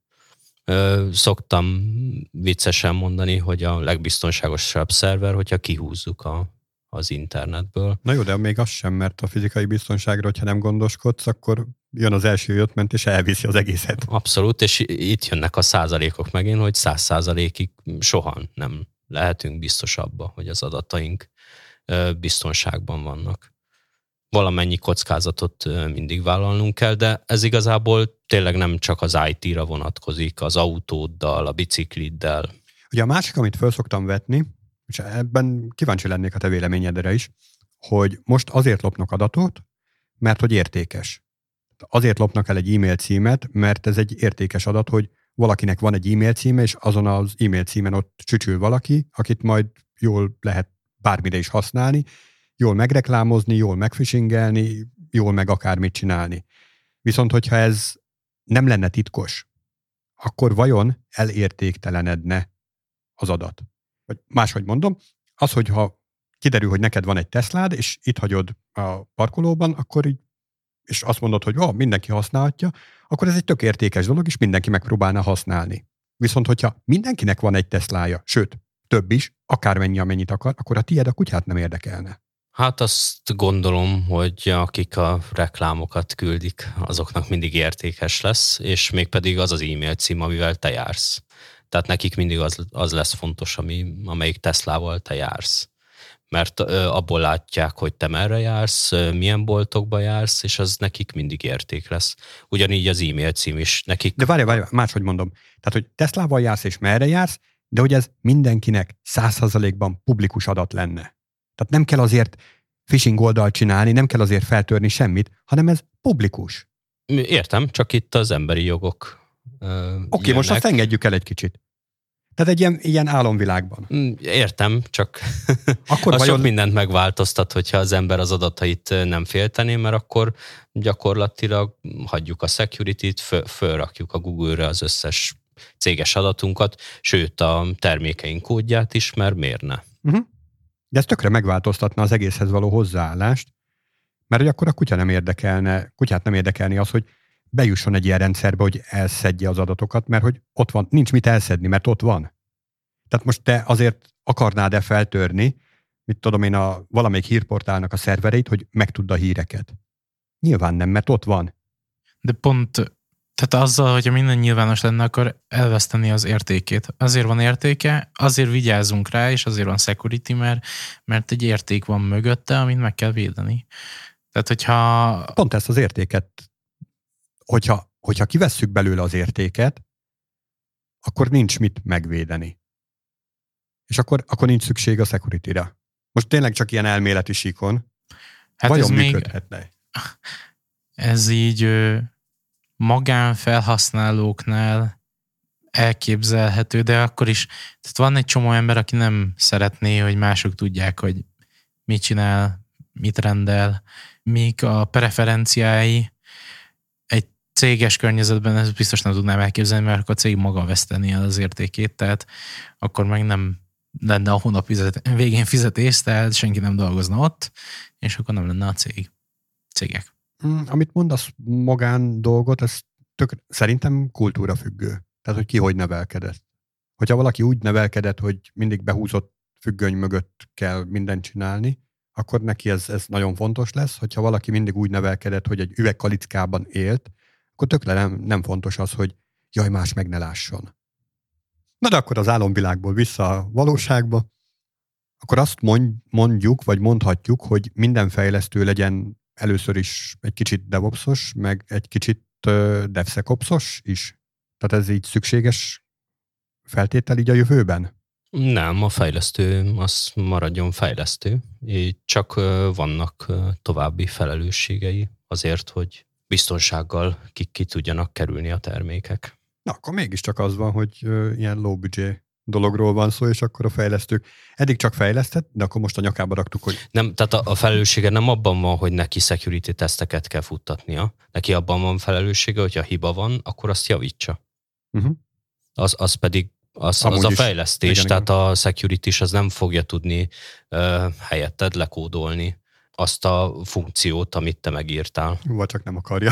Szoktam viccesen mondani, hogy a legbiztonságosabb szerver, hogyha kihúzzuk a, az internetből. Na jó, de még az sem, mert a fizikai biztonságra, hogyha nem gondoskodsz, akkor jön az első jött ment, és elviszi az egészet. Abszolút, és itt jönnek a százalékok megint, hogy száz százalékig soha nem lehetünk biztosabbak, hogy az adataink biztonságban vannak. Valamennyi kockázatot mindig vállalnunk kell, de ez igazából tényleg nem csak az í té-ra vonatkozik, az autóddal, a bicikliddel. Ugye a másik, amit föl szoktam vetni, és ebben kíváncsi lennék a te véleményedre is, hogy most azért lopnak adatot, mert hogy értékes. Azért lopnak el egy e-mail címet, mert ez egy értékes adat, hogy valakinek van egy e-mail címe, és azon az e-mail címen ott csücsül valaki, akit majd jól lehet bármire is használni, jól megreklámozni, jól megphishingelni, jól meg akármit csinálni. Viszont, hogyha ez nem lenne titkos, akkor vajon elértéktelenedne az adat? Vagy máshogy mondom, az, hogyha kiderül, hogy neked van egy Teslád, és itt hagyod a parkolóban, akkor így, és azt mondod, hogy oh, mindenki használhatja, akkor ez egy tök értékes dolog, és mindenki megpróbálna használni. Viszont, hogyha mindenkinek van egy Teslája, sőt, több is, akármennyi, amennyit akar, akkor a tiéd a kutyát nem érdekelne. Hát azt gondolom, hogy akik a reklámokat küldik, azoknak mindig értékes lesz, és mégpedig az az e-mail cím, amivel te jársz. Tehát nekik mindig az, az lesz fontos, ami, amelyik Teslával te jársz. Mert ö, abból látják, hogy te merre jársz, milyen boltokba jársz, és az nekik mindig érték lesz. Ugyanígy az e-mail cím is nekik... De várj, várj, máshogy mondom. Tehát, hogy Teslával jársz és merre jársz, de hogy ez mindenkinek száz százalékban publikus adat lenne. Tehát nem kell azért phishing oldalt csinálni, nem kell azért feltörni semmit, hanem ez publikus. Értem, csak itt az emberi jogok uh, Oké, okay, most azt engedjük el egy kicsit. Tehát egy ilyen, ilyen álomvilágban. Értem, csak akkor az vajon... sok mindent megváltoztat, hogyha az ember az adatait nem féltené, mert akkor gyakorlatilag hagyjuk a security-t, föl, fölrakjuk a Google-re az összes céges adatunkat, sőt a termékeink kódját is, mert miért ne? Uh-huh. De ez tökre megváltoztatna az egészhez való hozzáállást, mert hogy akkor a kutya nem érdekelne, kutyát nem érdekelni az, hogy bejusson egy ilyen rendszerbe, hogy elszedje az adatokat, mert hogy ott van, nincs mit elszedni, mert ott van. Tehát most te azért akarnád-e feltörni, mit tudom én, a valamelyik hírportálnak a szervereit, hogy megtudd a híreket? Nyilván nem, mert ott van. De pont, tehát azzal, hogyha minden nyilvános lenne, akkor elveszteni az értékét. Azért van értéke, azért vigyázunk rá, és azért van security, mert, mert egy érték van mögötte, amit meg kell védeni. Tehát, hogyha... Pont ezt az értéket, hogyha, hogyha kivesszük belőle az értéket, akkor nincs mit megvédeni. És akkor, akkor nincs szükség a security-re. Most tényleg csak ilyen elméleti síkon. Hát vajon ez működhetne? Még, ez így magánfelhasználóknál elképzelhető, de akkor is, tehát van egy csomó ember, aki nem szeretné, hogy mások tudják, hogy mit csinál, mit rendel, míg a preferenciái egy céges környezetben ezt biztos nem tudnám elképzelni, mert akkor a cég maga veszteni az értékét, tehát akkor meg nem lenne a hónap végén fizetés, tehát senki nem dolgozna ott, és akkor nem lenne a cég, cégek. Amit mondasz magán dolgot, ez tök, szerintem kultúra függő. Tehát, hogy ki hogy nevelkedett. Hogyha valaki úgy nevelkedett, hogy mindig behúzott függöny mögött kell mindent csinálni, akkor neki ez, ez nagyon fontos lesz. Hogyha valaki mindig úgy nevelkedett, hogy egy üvegkalickában élt, akkor tökre nem, nem fontos az, hogy jaj, más meg ne lásson. Na de akkor az álomvilágból vissza a valóságba. Akkor azt mondjuk, vagy mondhatjuk, hogy minden fejlesztő legyen először is egy kicsit DevOpsos, meg egy kicsit uh, DevSecOpsos is? Tehát ez így szükséges feltétel így a jövőben? Nem, a fejlesztő az maradjon fejlesztő. Így csak uh, vannak uh, további felelősségei azért, hogy biztonsággal ki, ki tudjanak kerülni a termékek. Na, akkor mégiscsak az van, hogy uh, ilyen low budget dologról van szó, és akkor a fejlesztők eddig csak fejlesztett, de akkor most a nyakába raktuk, hogy... Nem, tehát a, a felelőssége nem abban van, hogy neki security teszteket kell futtatnia. Neki abban van felelőssége, hogyha hiba van, akkor azt javítsa. Uh-huh. Az, az pedig az, az a fejlesztés, igen, tehát igen. A security is az nem fogja tudni uh, helyetted lekódolni azt a funkciót, amit te megírtál. Vagy csak nem akarja.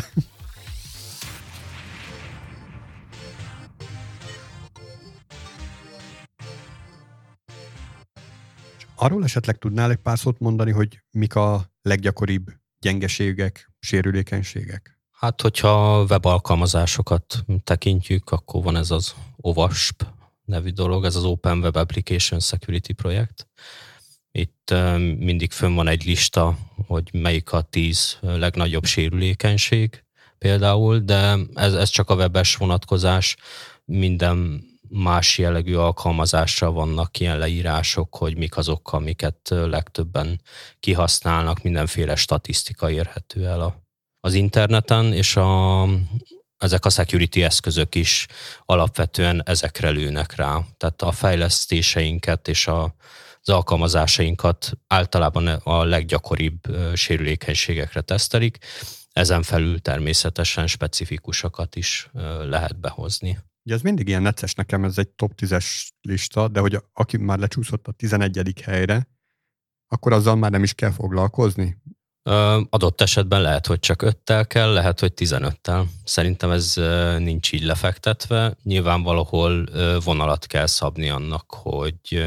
Arról esetleg tudnál egy pár szót mondani, hogy mik a leggyakoribb gyengeségek, sérülékenységek? Hát, hogyha webalkalmazásokat tekintjük, akkor van ez az o w a s p nevű dolog, ez az Open Web Application Security projekt. Itt mindig fönn van egy lista, hogy melyik a tíz legnagyobb sérülékenység például, de ez, ez csak a webes vonatkozás, minden más jellegű alkalmazásra vannak ilyen leírások, hogy mik azok, amiket legtöbben kihasználnak, mindenféle statisztika érhető el a, az interneten, és a, ezek a security eszközök is alapvetően ezekre lőnek rá. Tehát a fejlesztéseinket és a, az alkalmazásainkat általában a leggyakoribb sérülékenységekre tesztelik, ezen felül természetesen specifikusakat is lehet behozni. Ugye ez mindig ilyen necces nekem, ez egy top tízes lista, de hogy aki már lecsúszott a tizenegyedik helyre, akkor azzal már nem is kell foglalkozni? Ö, adott esetben lehet, hogy csak öttel kell, lehet, hogy tizenöttel. Szerintem ez nincs így lefektetve. Nyilván valahol vonalat kell szabni annak, hogy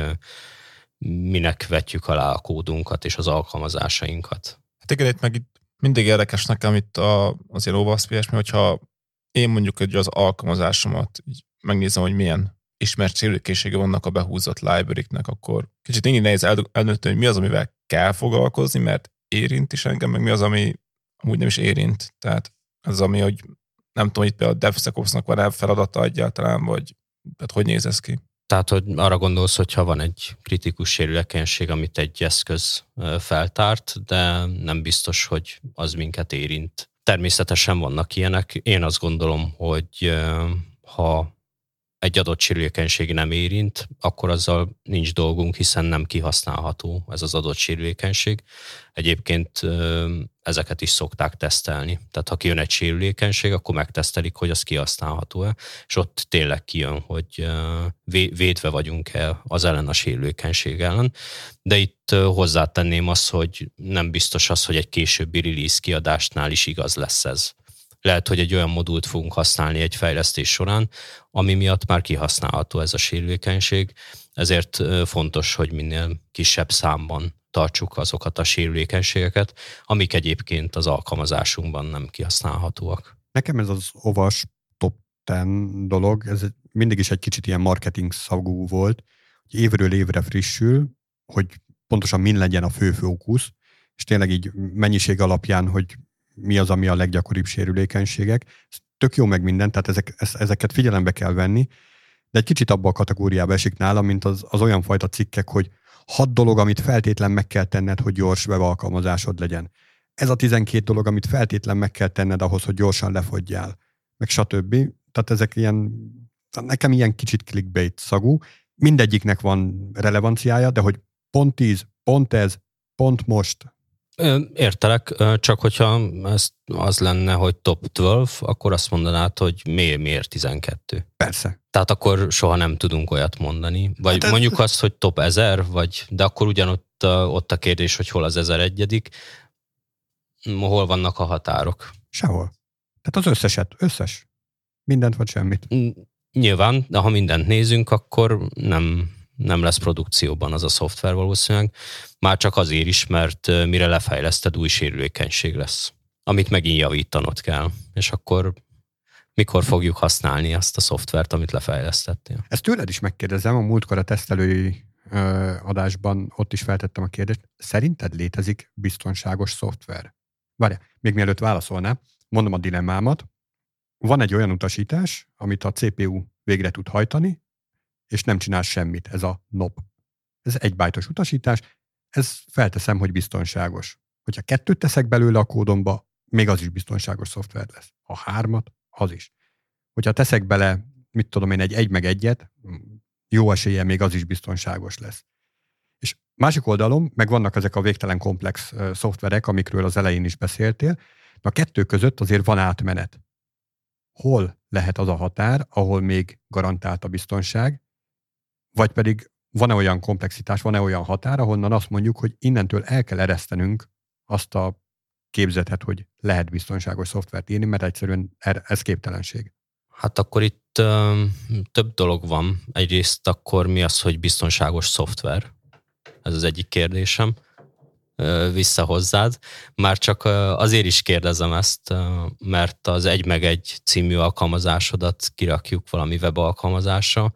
minek vetjük alá a kódunkat és az alkalmazásainkat. Hát igen, itt meg itt mindig érdekes nekem itt a, az ilyen o w a s p, hogyha én mondjuk hogy az alkalmazásomat így megnézem, hogy milyen ismert sérülékenysége vannak a behúzott library-knek, akkor kicsit így nehéz eldönteni, hogy mi az, amivel kell foglalkozni, mert érint is engem, meg mi az, ami amúgy nem is érint. Tehát ez ami, hogy nem tudom, hogy itt például a DevSecOps-nak van-e feladata egyáltalán, vagy tehát hogy néz ez ki? Tehát, hogy arra gondolsz, hogyha van egy kritikus sérülékenység, amit egy eszköz feltárt, de nem biztos, hogy az minket érint. Természetesen vannak ilyenek. Én azt gondolom, hogy ha egy adott sérülékenység nem érint, akkor azzal nincs dolgunk, hiszen nem kihasználható ez az adott sérülékenység. Egyébként ezeket is szokták tesztelni. Tehát ha kijön egy sérülékenység, akkor megtesztelik, hogy az kihasználható-e, és ott tényleg kijön, hogy védve vagyunk-e az ellen a sérülékenység ellen. De itt hozzátenném azt, hogy nem biztos az, hogy egy későbbi release kiadásnál is igaz lesz ez. Lehet, hogy egy olyan modult fogunk használni egy fejlesztés során, ami miatt már kihasználható ez a sérülékenység, ezért fontos, hogy minél kisebb számban tartsuk azokat a sérülékenységeket, amik egyébként az alkalmazásunkban nem kihasználhatóak. Nekem ez az o w a s top tíz dolog, ez mindig is egy kicsit ilyen marketing szagú volt, hogy évről évre frissül, hogy pontosan min legyen a fő fókusz, és tényleg így mennyiség alapján, hogy mi az, ami a leggyakoribb sérülékenységek. Ez tök jó meg minden, tehát ezek, ezeket figyelembe kell venni, de egy kicsit abba a kategóriába esik nálam, mint az, az olyan fajta cikkek, hogy hat dolog, amit feltétlen meg kell tenned, hogy gyors webalkalmazásod legyen. Ez a tizenkét dolog, amit feltétlen meg kell tenned ahhoz, hogy gyorsan lefogyjál, meg stb. Tehát ezek ilyen, nekem ilyen kicsit clickbait szagú. Mindegyiknek van relevanciája, de hogy pont tíz, pont ez, pont most. Értelek, csak hogyha ez az lenne, hogy top tizenkettő, akkor azt mondanád, hogy miért, miért tizenkettő. Persze. Tehát akkor soha nem tudunk olyat mondani. Vagy hát ez... mondjuk azt, hogy top ezer, vagy, de akkor ugyanott a, ott a kérdés, hogy hol az ezredegyedik, hol vannak a határok. Sehol. Tehát az összeset, összes. Mindent vagy semmit. Nyilván, de ha mindent nézünk, akkor nem... nem lesz produkcióban az a szoftver valószínűleg. Már csak azért is, mert mire lefejleszted, új sérülékenység lesz, amit megint javítanod kell. És akkor mikor fogjuk használni azt a szoftvert, amit lefejlesztettél? Ezt tőled is megkérdezem, a múltkor a tesztelői ö, adásban ott is feltettem a kérdést. Szerinted létezik biztonságos szoftver? Várjál, még mielőtt válaszolnál, mondom a dilemmámat. Van egy olyan utasítás, amit a cé pé u végre tud hajtani, és nem csinál semmit, ez a nop. Ez egy bájtos utasítás, ez felteszem, hogy biztonságos. Hogyha kettőt teszek belőle a kódomba, még az is biztonságos szoftver lesz. Ha hármat, az is. Hogyha teszek bele, mit tudom én, egy egy meg egyet, jó eséllyel még az is biztonságos lesz. És másik oldalon meg vannak ezek a végtelen komplex uh, szoftverek, amikről az elején is beszéltél, de a kettő között azért van átmenet. Hol lehet az a határ, ahol még garantált a biztonság, vagy pedig van-e olyan komplexitás, van-e olyan határ, ahonnan azt mondjuk, hogy innentől el kell eresztenünk azt a képzetet, hogy lehet biztonságos szoftvert írni, mert egyszerűen ez képtelenség. Hát akkor itt ö, több dolog van. Egyrészt akkor mi az, hogy biztonságos szoftver? Ez az egyik kérdésem. Ö, vissza hozzád. Már csak ö, azért is kérdezem ezt, ö, mert az egy meg egy című alkalmazásodat kirakjuk valami web alkalmazásra,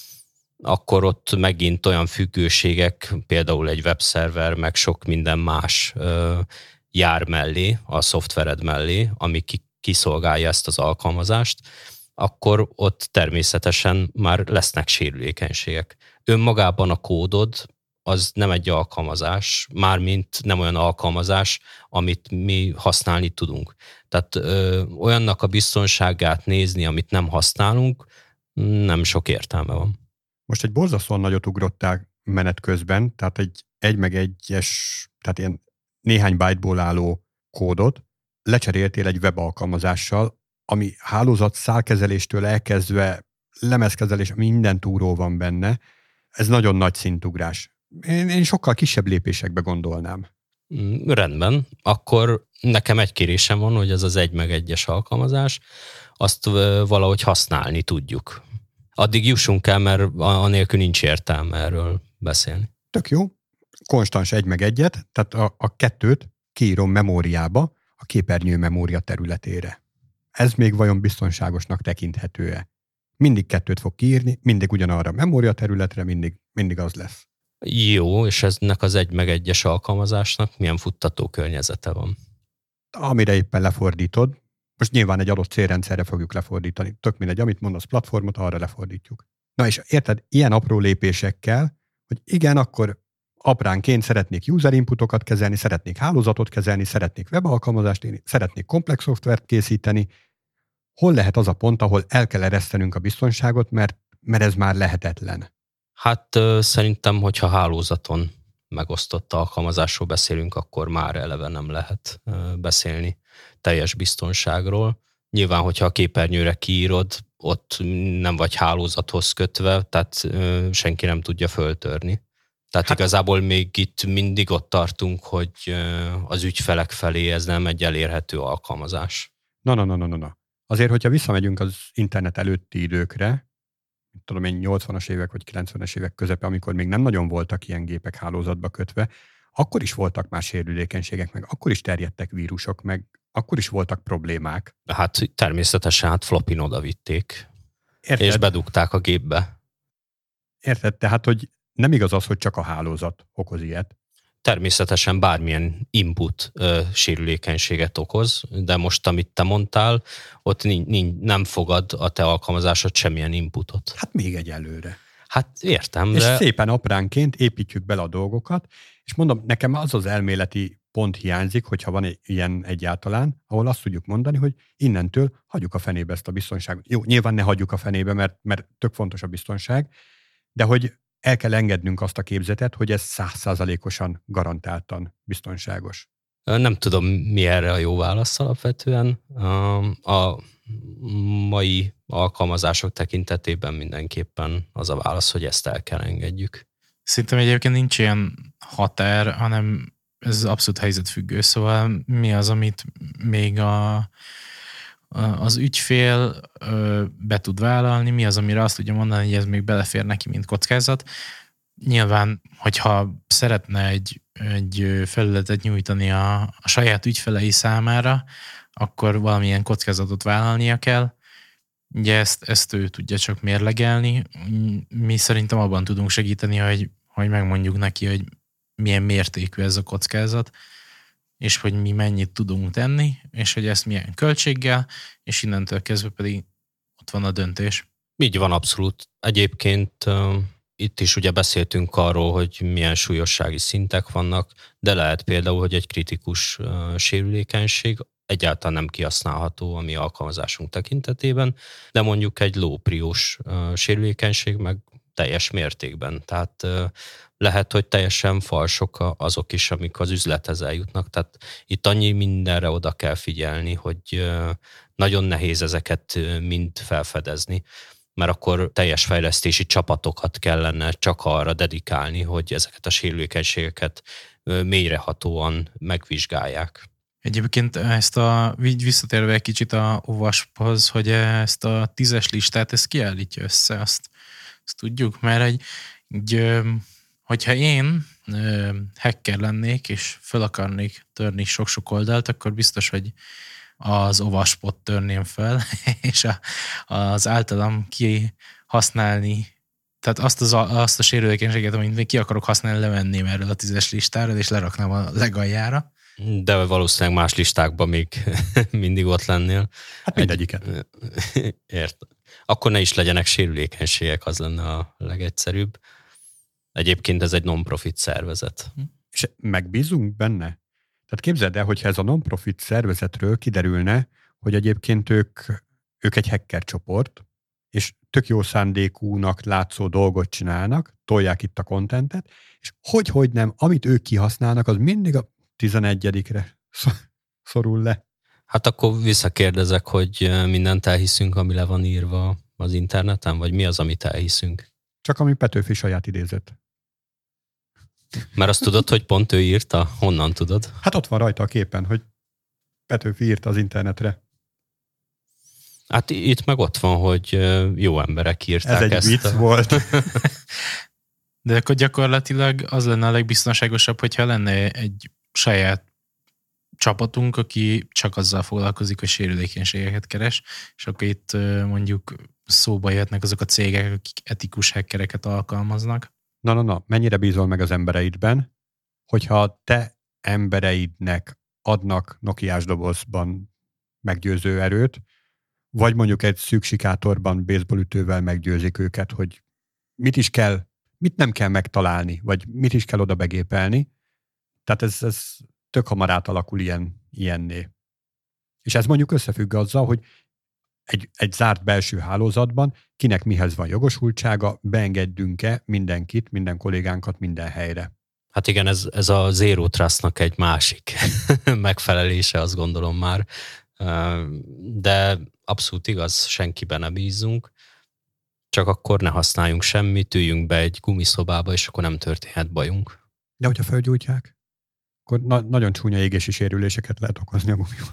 akkor ott megint olyan függőségek, például egy webszerver, meg sok minden más ö, jár mellé, a szoftvered mellé, ami kiszolgálja ezt az alkalmazást, akkor ott természetesen már lesznek sérülékenységek. Önmagában a kódod az nem egy alkalmazás, mármint nem olyan alkalmazás, amit mi használni tudunk. Tehát ö, olyannak a biztonságát nézni, amit nem használunk, nem sok értelme van. Most egy borzasztóan nagyot ugrottál menet közben, tehát egy egy meg egyes, tehát ilyen néhány byteból álló kódot lecseréltél egy web alkalmazással, ami hálózat szálkezeléstől elkezdve lemezkezelés, minden túró van benne. Ez nagyon nagy szintugrás. Én, én sokkal kisebb lépésekbe gondolnám. Mm, rendben. Akkor nekem egy kérésem van, hogy ez az egy meg egyes alkalmazás, azt valahogy használni tudjuk. Addig jussunk el, mert anélkül nincs értelme erről beszélni. Tök jó. Konstans egy meg egyet, tehát a, a kettőt kiírom memóriába, a képernyő memória területére. Ez még vajon biztonságosnak tekinthető-e? Mindig kettőt fog kiírni, mindig ugyanarra a memória területre, mindig, mindig az lesz. Jó, és ennek az egy meg egyes alkalmazásnak milyen futtató környezete van? Amire éppen lefordítod, most nyilván egy adott célrendszerre fogjuk lefordítani. Tök mindegy, amit mondasz platformot, arra lefordítjuk. Na és érted, ilyen apró lépésekkel, hogy igen, akkor apránként szeretnék user inputokat kezelni, szeretnék hálózatot kezelni, szeretnék webalkalmazást írni, szeretnék komplex szoftvert készíteni. Hol lehet az a pont, ahol el kell eresztenünk a biztonságot, mert, mert ez már lehetetlen? Hát ö, szerintem, hogyha hálózaton megosztott alkalmazásról beszélünk, akkor már eleve nem lehet ö, beszélni teljes biztonságról. Nyilván, hogyha a képernyőre kiírod, ott nem vagy hálózathoz kötve, tehát ö, senki nem tudja föltörni. Tehát hát, igazából még itt mindig ott tartunk, hogy az ügyfelek felé ez nem egy elérhető alkalmazás. Na, na, na, na, na. Azért, hogyha visszamegyünk az internet előtti időkre, tudom én nyolcvanas évek vagy kilencvenes évek közepe, amikor még nem nagyon voltak ilyen gépek hálózatba kötve, akkor is voltak más sérülékenységek, meg akkor is terjedtek vírusok, meg akkor is voltak problémák. Hát természetesen hát flopin oda vitték, Érted? És bedugták a gépbe. Érted? Tehát, hogy nem igaz az, hogy csak a hálózat okoz ilyet. Természetesen bármilyen input ö, sérülékenységet okoz, de most, amit te mondtál, ott nincs, nincs, nem fogad a te alkalmazásod semmilyen inputot. Hát még egyelőre. Hát értem, és de... szépen apránként építjük bele a dolgokat, és mondom, nekem az az elméleti pont hiányzik, hogyha van ilyen egyáltalán, ahol azt tudjuk mondani, hogy innentől hagyjuk a fenébe ezt a biztonságot. Jó, nyilván ne hagyjuk a fenébe, mert, mert tök fontos a biztonság, de hogy el kell engednünk azt a képzetet, hogy ez száz százalékosan garantáltan biztonságos. Nem tudom, mi erre a jó válasz alapvetően. A mai alkalmazások tekintetében mindenképpen az a válasz, hogy ezt el kell engedjük. Szerintem egyébként nincs ilyen határ, hanem ez abszolút helyzetfüggő, szóval mi az, amit még a, az ügyfél be tud vállalni, mi az, amire azt tudja mondani, hogy ez még belefér neki, mint kockázat. Nyilván, hogyha szeretne egy, egy felületet nyújtani a, a saját ügyfelei számára, akkor valamilyen kockázatot vállalnia kell. Ugye ezt, ezt ő tudja csak mérlegelni. Mi szerintem abban tudunk segíteni, hogy, hogy megmondjuk neki, hogy milyen mértékű ez a kockázat, és hogy mi mennyit tudunk tenni, és hogy ezt milyen költséggel, és innentől kezdve pedig ott van a döntés. Így van, abszolút. Egyébként uh, itt is ugye beszéltünk arról, hogy milyen súlyossági szintek vannak, de lehet például, hogy egy kritikus uh, sérülékenység egyáltalán nem kihasználható a mi alkalmazásunk tekintetében, de mondjuk egy low priós uh, sérülékenység meg teljes mértékben. Tehát lehet, hogy teljesen falsok azok is, amik az üzlethez eljutnak. Tehát itt annyi mindenre oda kell figyelni, hogy nagyon nehéz ezeket mind felfedezni, mert akkor teljes fejlesztési csapatokat kellene csak arra dedikálni, hogy ezeket a sérülékenységeket mélyrehatóan megvizsgálják. Egyébként ezt a, így visszatérve egy kicsit a Ovasphoz, hogy ezt a tízes listát, ezt kiállítja össze, azt, azt tudjuk, mert egy, egy, hogyha én hacker lennék, és fel akarnék törni sok-sok oldalt, akkor biztos, hogy az Ovaspot törném fel, és a, az általam kihasználni, tehát azt, az, azt a sérülékenységet, amit még ki akarok használni, levenném erről a tízes listáról, és leraknám a legaljára. De valószínűleg más listákban még mindig ott lennél. Hát mindegyiket. Ért. Akkor ne is legyenek sérülékenységek, az lenne a legegyszerűbb. Egyébként ez egy non-profit szervezet. És megbízunk benne? Tehát képzeld el, hogyha ez a non-profit szervezetről kiderülne, hogy egyébként ők, ők egy hacker csoport, és tök jó szándékúnak látszó dolgot csinálnak, tolják itt a contentet, és hogy-hogy nem, amit ők kihasználnak, az mindig a tizenegyedikre szorul le. Hát akkor visszakérdezek, hogy mindent elhiszünk, ami le van írva az interneten, vagy mi az, amit elhiszünk? Csak ami Petőfi saját idézett. Mert azt tudod, hogy pont ő írta? Honnan tudod? Hát ott van rajta a képen, hogy Petőfi írta az internetre. Hát itt meg ott van, hogy jó emberek írták Ez egy ezt. vicc a... volt. De akkor gyakorlatilag az lenne a legbiztonságosabb, hogyha lenne egy saját csapatunk, aki csak azzal foglalkozik, hogy sérülékenységeket keres, és akkor itt mondjuk szóba jöhetnek azok a cégek, akik etikus hackereket alkalmaznak. Na, na, na, mennyire bízol meg az embereidben, hogyha te embereidnek adnak nokiás dobozban meggyőző erőt, vagy mondjuk egy szűk sikátorban baseballütővel meggyőzik őket, hogy mit is kell, mit nem kell megtalálni, vagy mit is kell oda begépelni. Tehát ez, ez tök hamar átalakul ilyen, ilyenné. És ez mondjuk összefügg azzal, hogy egy, egy zárt belső hálózatban kinek mihez van jogosultsága, beengedjünk-e mindenkit, minden kollégánkat minden helyre. Hát igen, ez, ez a Zero Trustnak egy másik megfelelése, azt gondolom már. De abszolút igaz, senkiben ne bízzunk. Csak akkor ne használjunk semmit, üljünk be egy gumiszobába, és akkor nem történhet bajunk. De hogyha felgyújtják, akkor na- nagyon csúnya égési sérüléseket lehet okozni a gumival.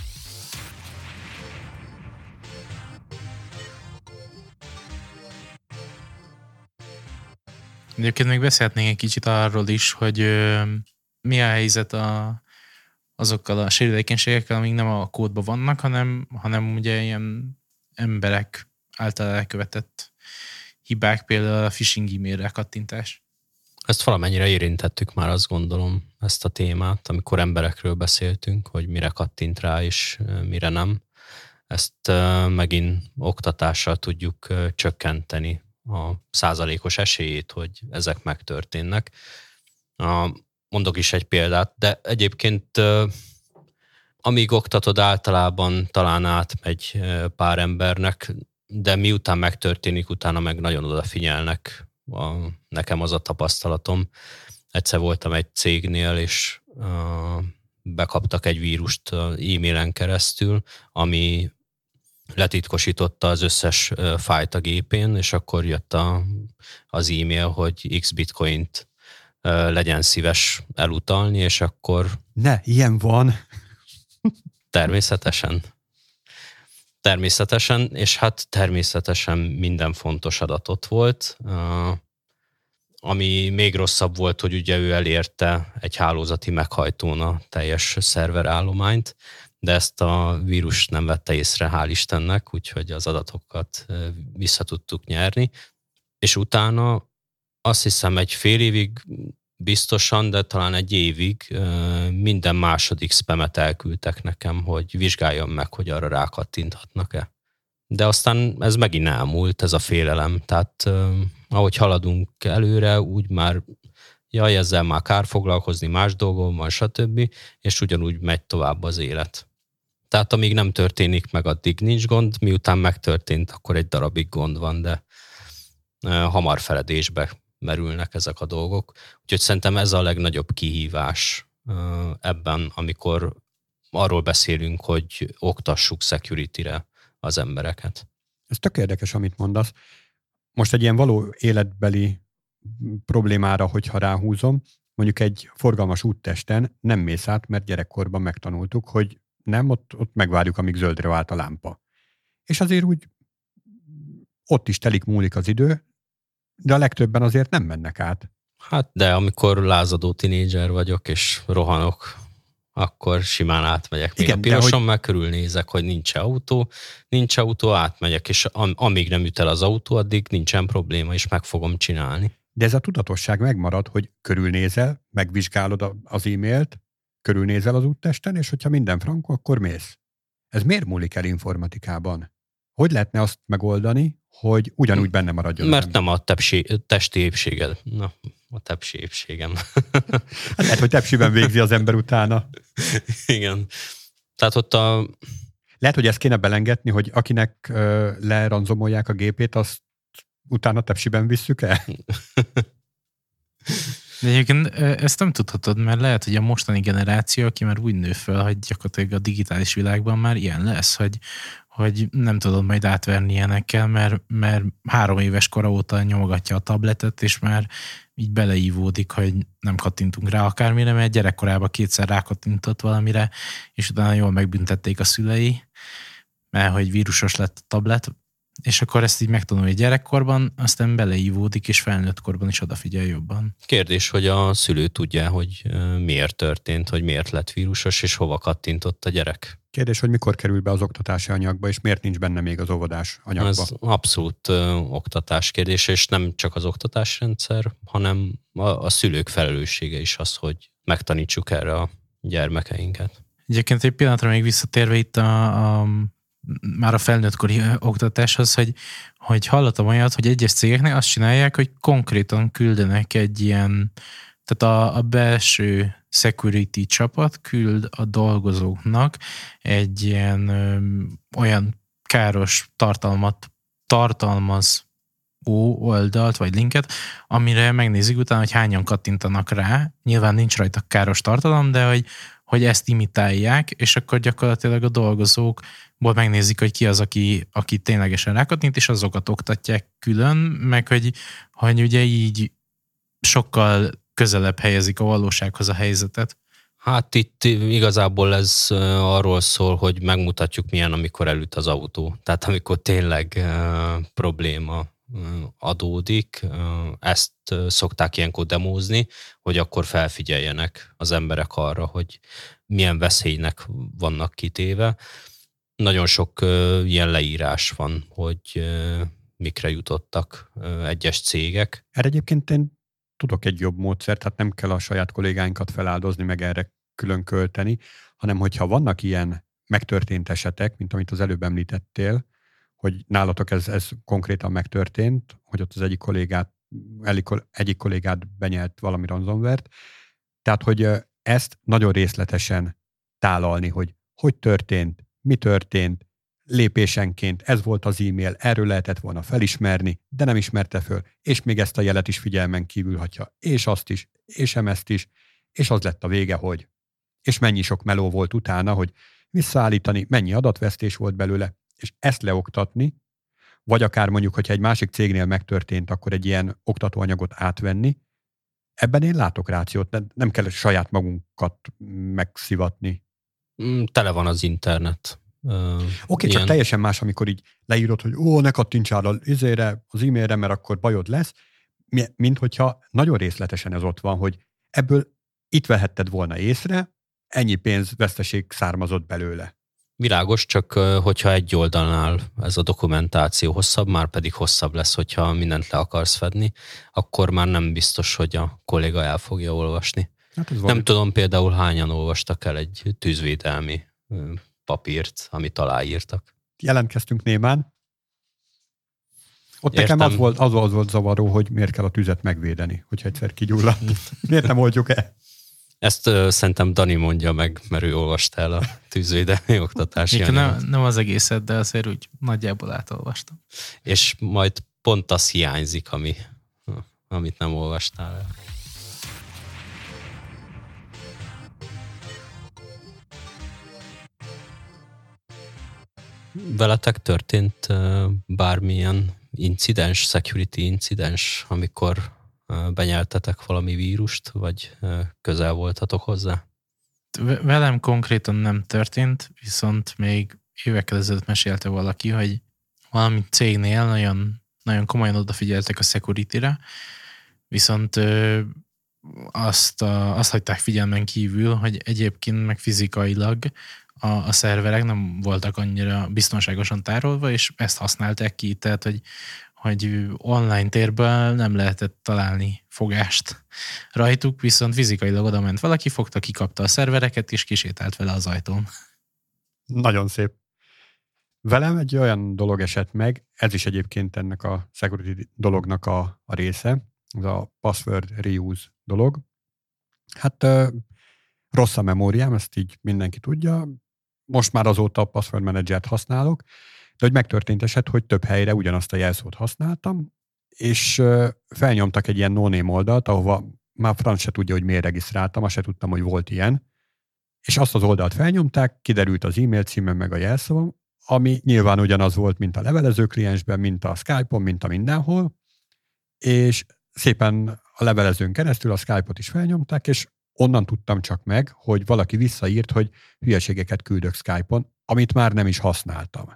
Egyébként még beszélhetnénk egy kicsit arról is, hogy ö, mi a helyzet a, azokkal a sérülékenységekkel, amik nem a kódban vannak, hanem, hanem ugye ilyen emberek által elkövetett hibák, például a phishing e-mailre kattintás. Ezt valamennyire érintettük már, azt gondolom, ezt a témát, amikor emberekről beszéltünk, hogy mire kattint rá és mire nem. Ezt megint oktatással tudjuk csökkenteni a százalékos esélyét, hogy ezek megtörténnek. Mondok is egy példát, de egyébként amíg oktatod, általában talán átmegy pár embernek, de miután megtörténik, utána meg nagyon odafigyelnek. A, nekem az a tapasztalatom. Egyszer voltam egy cégnél, és uh, bekaptak egy vírust e-mailen keresztül, ami letitkosította az összes uh, fájlt a gépén, és akkor jött a, az e-mail, hogy x bitcoint uh, legyen szíves elutalni, és akkor... Ne, ilyen van. Természetesen. Természetesen, és hát természetesen minden fontos adatot volt. Ami még rosszabb volt, hogy ugye ő elérte egy hálózati meghajtón a teljes szerverállományt, de ezt a vírus nem vette észre, hál' Istennek, úgyhogy az adatokat vissza tudtuk nyerni. És utána azt hiszem egy fél évig biztosan, de talán egy évig minden második spamet elküldtek nekem, hogy vizsgáljam meg, hogy arra rákattinthatnak-e. De aztán ez megint elmúlt, ez a félelem. Tehát ahogy haladunk előre, úgy már jaj, ezzel már kár foglalkozni, más dolgom van, stb. És ugyanúgy megy tovább az élet. Tehát amíg nem történik meg, addig nincs gond, miután megtörtént, akkor egy darabig gond van, de hamar feledésbe merülnek ezek a dolgok. Úgyhogy szerintem ez a legnagyobb kihívás ebben, amikor arról beszélünk, hogy oktassuk security-re az embereket. Ez tök érdekes, amit mondasz. Most egy ilyen való életbeli problémára, hogyha ráhúzom, mondjuk egy forgalmas úttesten nem mész át, mert gyerekkorban megtanultuk, hogy nem, ott, ott megvárjuk, amíg zöldre vált a lámpa. És azért úgy ott is telik múlik az idő, de a legtöbben azért nem mennek át. Hát, de amikor lázadó tinédzser vagyok, és rohanok, akkor simán átmegyek. Még igen, a piroson hogy... meg körülnézek, hogy nincs autó, nincs autó, átmegyek, és am- amíg nem üt el az autó, addig nincsen probléma, és meg fogom csinálni. De ez a tudatosság megmarad, hogy körülnézel, megvizsgálod az e-mailt, körülnézel az úttesten, és hogyha minden frankó, akkor mész. Ez miért múlik el informatikában? Hogy lehetne azt megoldani, hogy ugyanúgy benne maradjon? Mert nem a tepsi, testi épséged. Na, a tepsi épségem. Hát lehet, hogy tepsiben végzi az ember utána. Igen. Tehát ott a... Lehet, hogy ezt kéne belengetni, hogy akinek uh, leranzomolják a gépét, azt utána tepsiben visszük el? De egyébként ezt nem tudhatod, mert lehet, hogy a mostani generáció, aki már úgy nő föl, hogy gyakorlatilag a digitális világban már ilyen lesz, hogy, hogy nem tudod majd átverni ilyenekkel, mert, mert három éves kora óta nyomogatja a tabletet, és már így beleívódik, hogy nem kattintunk rá akármire, mert gyerekkorában kétszer rákattintott valamire, és utána jól megbüntették a szülei, mert hogy vírusos lett a tablet, és akkor ezt így megtanulja gyerekkorban, aztán beleívódik, és felnőtt korban is odafigyel jobban. Kérdés, hogy a szülő tudja, hogy miért történt, hogy miért lett vírusos, és hova kattintott a gyerek. Kérdés, hogy mikor kerül be az oktatási anyagba, és miért nincs benne még az óvodás anyagba. Ez abszolút ö, oktatás kérdés, és nem csak az oktatásrendszer, hanem a, a szülők felelőssége is az, hogy megtanítsuk erre a gyermekeinket. Egyébként egy pillanatra még visszatérve itt a, a már a felnőttkori oktatáshoz, hogy, hogy hallottam olyat, hogy egyes cégeknél azt csinálják, hogy konkrétan küldenek egy ilyen, tehát a, a belső security csapat küld a dolgozóknak egy ilyen ö, olyan káros tartalmat tartalmaz oldalt vagy linket, amire megnézik utána, hogy hányan kattintanak rá. Nyilván nincs rajta káros tartalom, de hogy, hogy ezt imitálják, és akkor gyakorlatilag a dolgozókból megnézik, hogy ki az, aki, aki ténylegesen rákattint, és azokat oktatják külön, meg hogy, hogy ugye így sokkal közelebb helyezik a valósághoz a helyzetet. Hát itt igazából ez arról szól, hogy megmutatjuk milyen, amikor elüt az autó. Tehát amikor tényleg uh, probléma adódik, ezt szokták ilyenkor demózni, hogy akkor felfigyeljenek az emberek arra, hogy milyen veszélynek vannak kitéve. Nagyon sok ilyen leírás van, hogy mikre jutottak egyes cégek. Erre egyébként én tudok egy jobb módszert, tehát nem kell a saját kollégáinkat feláldozni, meg erre külön költeni, hanem hogyha vannak ilyen megtörtént esetek, mint amit az előbb említettél, hogy nálatok ez, ez konkrétan megtörtént, hogy ott az egyik kollégát, egyik kollégát benyelt valami ransomware-t. Tehát, hogy ezt nagyon részletesen tálalni, hogy hogy történt, mi történt, lépésenként, ez volt az e-mail, erről lehetett volna felismerni, de nem ismerte föl, és még ezt a jelet is figyelmen kívül hagyja, és azt is, és ezt is, és az lett a vége, hogy és mennyi sok meló volt utána, hogy visszaállítani, mennyi adatvesztés volt belőle, és ezt leoktatni, vagy akár mondjuk, hogyha egy másik cégnél megtörtént, akkor egy ilyen oktatóanyagot átvenni, ebben én látok rációt, nem kell saját magunkat megszivatni. Tele van az internet. Oké, okay, csak teljesen más, amikor így leírod, hogy ó, ne kattintsál az izére, az e-mailre, mert akkor bajod lesz, mint hogyha nagyon részletesen ez ott van, hogy ebből itt vehetted volna észre, ennyi pénz veszteség származott belőle. Világos, csak hogyha egy oldalnál ez a dokumentáció hosszabb, már pedig hosszabb lesz, hogyha mindent le akarsz fedni, akkor már nem biztos, hogy a kolléga el fogja olvasni. Hát nem valami. Tudom például hányan olvastak el egy tűzvédelmi papírt, amit aláírtak. Jelentkeztünk némán. Ott Értem. nekem az volt, az, az volt zavaró, hogy miért kell a tüzet megvédeni, hogyha egyszer kigyulladt. Miért nem oldjuk el? Ezt uh, szerintem Dani mondja meg, mert ő olvasta el a tűzvédelmi oktatási anyagot. Nem, nem az egészet, de azért úgy nagyjából átolvastam. És majd pont az hiányzik, ami, amit nem olvastál el. Veletek történt bármilyen incidens, security incidens, amikor benyeltetek valami vírust, vagy közel voltatok hozzá? Velem konkrétan nem történt, viszont még évekkel ezelőtt mesélte valaki, hogy valami cégnél nagyon, nagyon komolyan odafigyeltek a security-re, viszont ö, azt, a, azt hagyták figyelmen kívül, hogy egyébként meg fizikailag a, a szerverek nem voltak annyira biztonságosan tárolva, és ezt használták ki, tehát hogy, hogy online térből nem lehetett találni fogást rajtuk, viszont fizikailag oda ment valaki, fogta, kikapta a szervereket, és kisétált vele az ajtón. Nagyon szép. Velem egy olyan dolog esett meg, ez is egyébként ennek a security dolognak a, a része, ez a password reuse dolog. Hát rossz a memóriám, ezt így mindenki tudja. Most már azóta a password managert használok, de hogy megtörtént eset, hogy több helyre ugyanazt a jelszót használtam, és felnyomtak egy ilyen no-name oldalt, ahova már franc se tudja, hogy miért regisztráltam, azt se tudtam, hogy volt ilyen. És azt az oldalt felnyomták, kiderült az e-mail címem meg a jelszavam, ami nyilván ugyanaz volt, mint a levelező kliensben, mint a Skype-on, mint a mindenhol, és szépen a levelezőn keresztül a Skype-ot is felnyomták, és onnan tudtam csak meg, hogy valaki visszaírt, hogy hülyeségeket küldök Skype-on, amit már nem is használtam.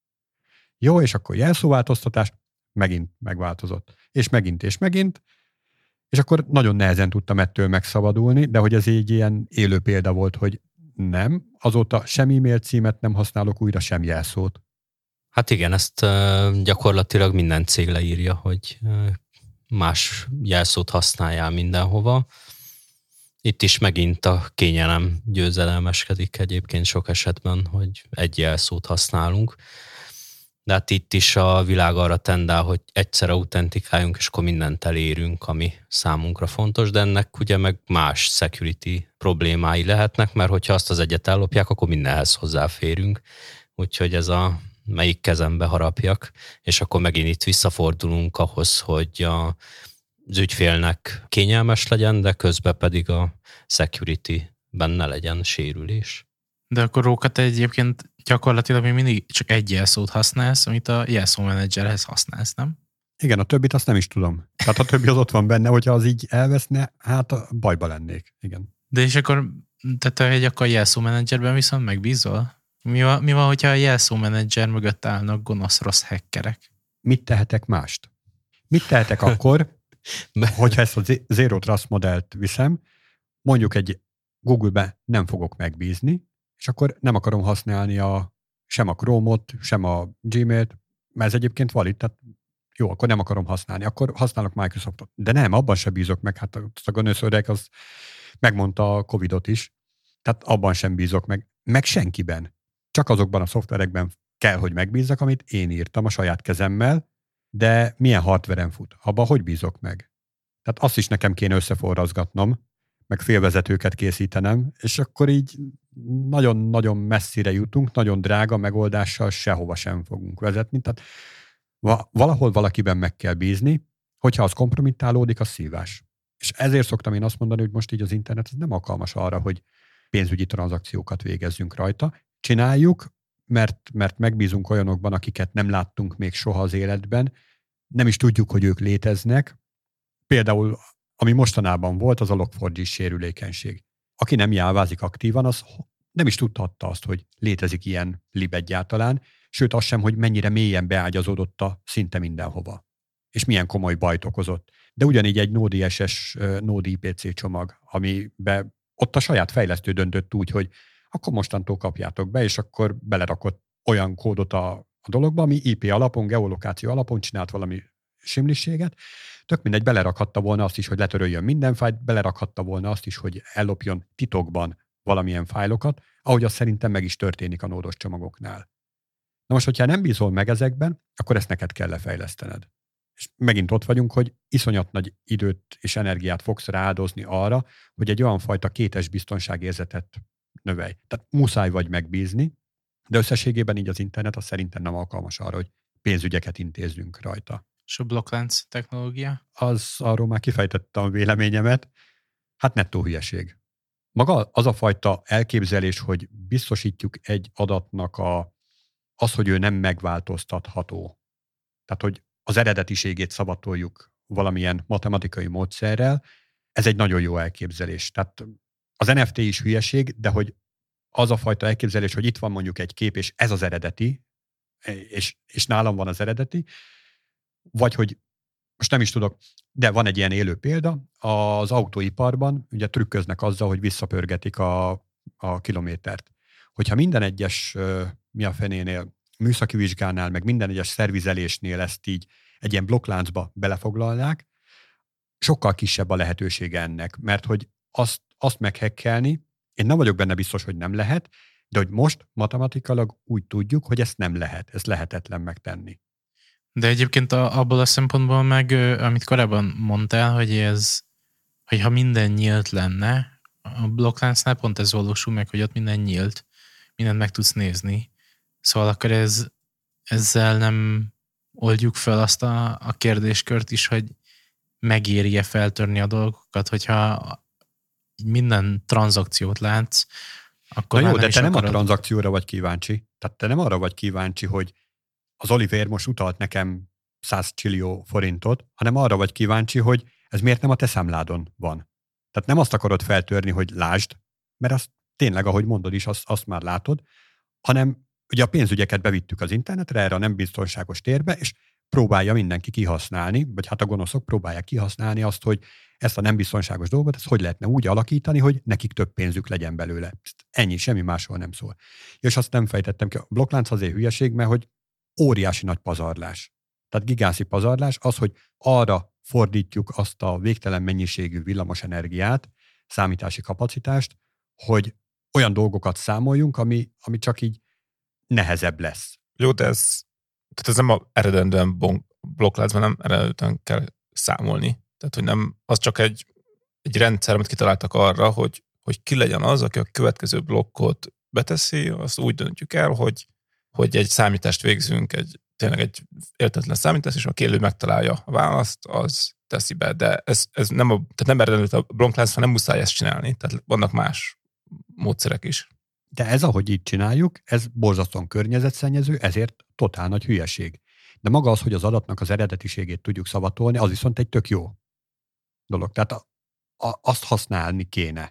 Jó, és akkor jelszóváltoztatás, megint megváltozott. És megint, és megint, és akkor nagyon nehezen tudtam ettől megszabadulni, de hogy ez egy ilyen élő példa volt, hogy nem, azóta sem e-mail címet nem használok újra, sem jelszót. Hát igen, ezt uh, gyakorlatilag minden cég leírja, hogy uh, más jelszót használjál mindenhova. Itt is megint a kényelem győzedelmeskedik egyébként sok esetben, hogy egy jelszót használunk. De hát itt is a világ arra tendál, hogy egyszer autentikáljunk, és akkor mindent elérünk, ami számunkra fontos, de ennek ugye meg más security problémái lehetnek, mert hogyha azt az egyet ellopják, akkor mindenhez hozzáférünk. Úgyhogy ez a melyik kezembe harapjak, és akkor megint itt visszafordulunk ahhoz, hogy a, az ügyfélnek kényelmes legyen, de közben pedig a security-ben ne legyen sérülés. De akkor Róka, te egyébként gyakorlatilag még mindig csak egy jelszót használsz, amit a jelszómenedzserhez használsz, nem? Igen, a többit azt nem is tudom. Tehát a többi az ott van benne, hogyha az így elveszne, hát bajba lennék. Igen. De és akkor te, te egy akkor a jelszómenedzserben viszont megbízol? Mi van, mi van, hogyha a jelszómenedzser mögött állnak gonosz rossz hackerek? Mit tehetek mást? Mit tehetek akkor, hogyha ezt a Zero Trust modellt viszem, mondjuk egy Google-be nem fogok megbízni, és akkor nem akarom használni a, sem a Chrome-ot, sem a Gmailt, mert ez egyébként valid, tehát jó, akkor nem akarom használni, akkor használok Microsoftot. De nem, abban sem bízok meg, hát a gonoszöreg az megmondta a Covidot is, tehát abban sem bízok meg, meg senkiben. Csak azokban a szoftverekben kell, hogy megbízzak, amit én írtam a saját kezemmel, de milyen hardveren fut? Abban hogy bízok meg? Tehát azt is nekem kéne összeforrazgatnom, meg félvezetőket készítenem, és akkor így nagyon-nagyon messzire jutunk, nagyon drága megoldással sehova sem fogunk vezetni. Tehát valahol valakiben meg kell bízni, hogyha az kompromittálódik, az szívás. És ezért szoktam én azt mondani, hogy most így az internet ez nem alkalmas arra, hogy pénzügyi tranzakciókat végezzünk rajta. Csináljuk, mert, mert megbízunk olyanokban, akiket nem láttunk még soha az életben, nem is tudjuk, hogy ők léteznek. Például ami mostanában volt, az a log four j sérülékenység. Aki nem jálvázik aktívan, az nem is tudhatta azt, hogy létezik ilyen lib egyáltalán, sőt azt sem, hogy mennyire mélyen beágyazódott a szinte mindenhova, és milyen komoly bajt okozott. De ugyanígy egy Node.js-es Node i pé cé csomag, amiben ott a saját fejlesztő döntött úgy, hogy akkor mostantól kapjátok be, és akkor belerakott olyan kódot a, a dologba, ami i pé alapon, geolokáció alapon csinált valami simliséget. Tök mindegy, belerakhatta volna azt is, hogy letöröljön minden fájlt, belerakhatta volna azt is, hogy ellopjon titokban valamilyen fájlokat, ahogy az szerintem meg is történik a nódos csomagoknál. Na most, hogyha nem bízol meg ezekben, akkor ezt neked kell lefejlesztened. És megint ott vagyunk, hogy iszonyat nagy időt és energiát fogsz rááldozni arra, hogy egy olyan fajta kétes biztonságérzetet növelj. Tehát muszáj vagy megbízni, de összességében így az internet az szerintem nem alkalmas arra, hogy pénzügyeket intézzünk rajta. És a blokklánc technológia? Az, arról már kifejtettem a véleményemet. Hát nettó hülyeség. Maga az a fajta elképzelés, hogy biztosítjuk egy adatnak a, az, hogy ő nem megváltoztatható. Tehát, hogy az eredetiségét szavatoljuk valamilyen matematikai módszerrel, ez egy nagyon jó elképzelés. Tehát az en ef té is hülyeség, de hogy az a fajta elképzelés, hogy itt van mondjuk egy kép, és ez az eredeti, és, és nálam van az eredeti, vagy hogy most nem is tudok, de van egy ilyen élő példa, az autóiparban ugye trükköznek azzal, hogy visszapörgetik a, a kilométert. Hogyha minden egyes, mi a fenénél, műszaki vizsgánál, meg minden egyes szervizelésnél ezt így egy ilyen blokkláncba belefoglalnák, sokkal kisebb a lehetősége ennek, mert hogy azt, azt meghekkelni, én nem vagyok benne biztos, hogy nem lehet, de hogy most matematikailag úgy tudjuk, hogy ezt nem lehet, ezt lehetetlen megtenni. De egyébként a, abból a szempontból meg, amit korábban mondtál, hogy ez, hogyha minden nyílt lenne, a blokkláncnál pont ez valósul meg, hogy ott minden nyílt, mindent meg tudsz nézni. Szóval akkor ez, ezzel nem oldjuk fel azt a, a kérdéskört is, hogy megéri-e feltörni a dolgokat, hogyha minden tranzakciót látsz, akkor na jó, de nem te nem akarod... a tranzakcióra vagy kíváncsi. Tehát te nem arra vagy kíváncsi, hogy az Oliver most utalt nekem száz csillió forintot, hanem arra vagy kíváncsi, hogy ez miért nem a te számládon van. Tehát nem azt akarod feltörni, hogy lásd, mert azt tényleg, ahogy mondod is, azt, azt már látod, hanem ugye a pénzügyeket bevittük az internetre, erre a nem biztonságos térbe, és próbálja mindenki kihasználni, vagy hát a gonoszok próbálják kihasználni azt, hogy ezt a nem biztonságos dolgot, ezt hogy lehetne úgy alakítani, hogy nekik több pénzük legyen belőle. Ennyi, semmi másról nem szól. És azt nem fejtettem ki. A blokklánc azért hülyeség, mert hogy óriási nagy pazarlás. Tehát gigászi pazarlás az, hogy arra fordítjuk azt a végtelen mennyiségű villamos energiát, számítási kapacitást, hogy olyan dolgokat számoljunk, ami, ami csak így nehezebb lesz. Jó, de ez, tehát ez nem a eredendően blokkláncban, nem eredendően kell számolni. Tehát, hogy nem, az csak egy, egy rendszer, amit kitaláltak arra, hogy, hogy ki legyen az, aki a következő blokkot beteszi, azt úgy döntjük el, hogy, hogy egy számítást végzünk, egy, tényleg egy értetlen számítást, és aki élő megtalálja a választ, az teszi be. De ez, ez nem, a, tehát nem eredendő a blokkláncban, nem muszáj ezt csinálni. Tehát vannak más módszerek is. De ez, ahogy így csináljuk, ez borzasztóan környezetszennyező, ezért totál nagy hülyeség. De maga az, hogy az adatnak az eredetiségét tudjuk szavatolni, az viszont egy tök jó dolog. Tehát a, a, azt használni kéne.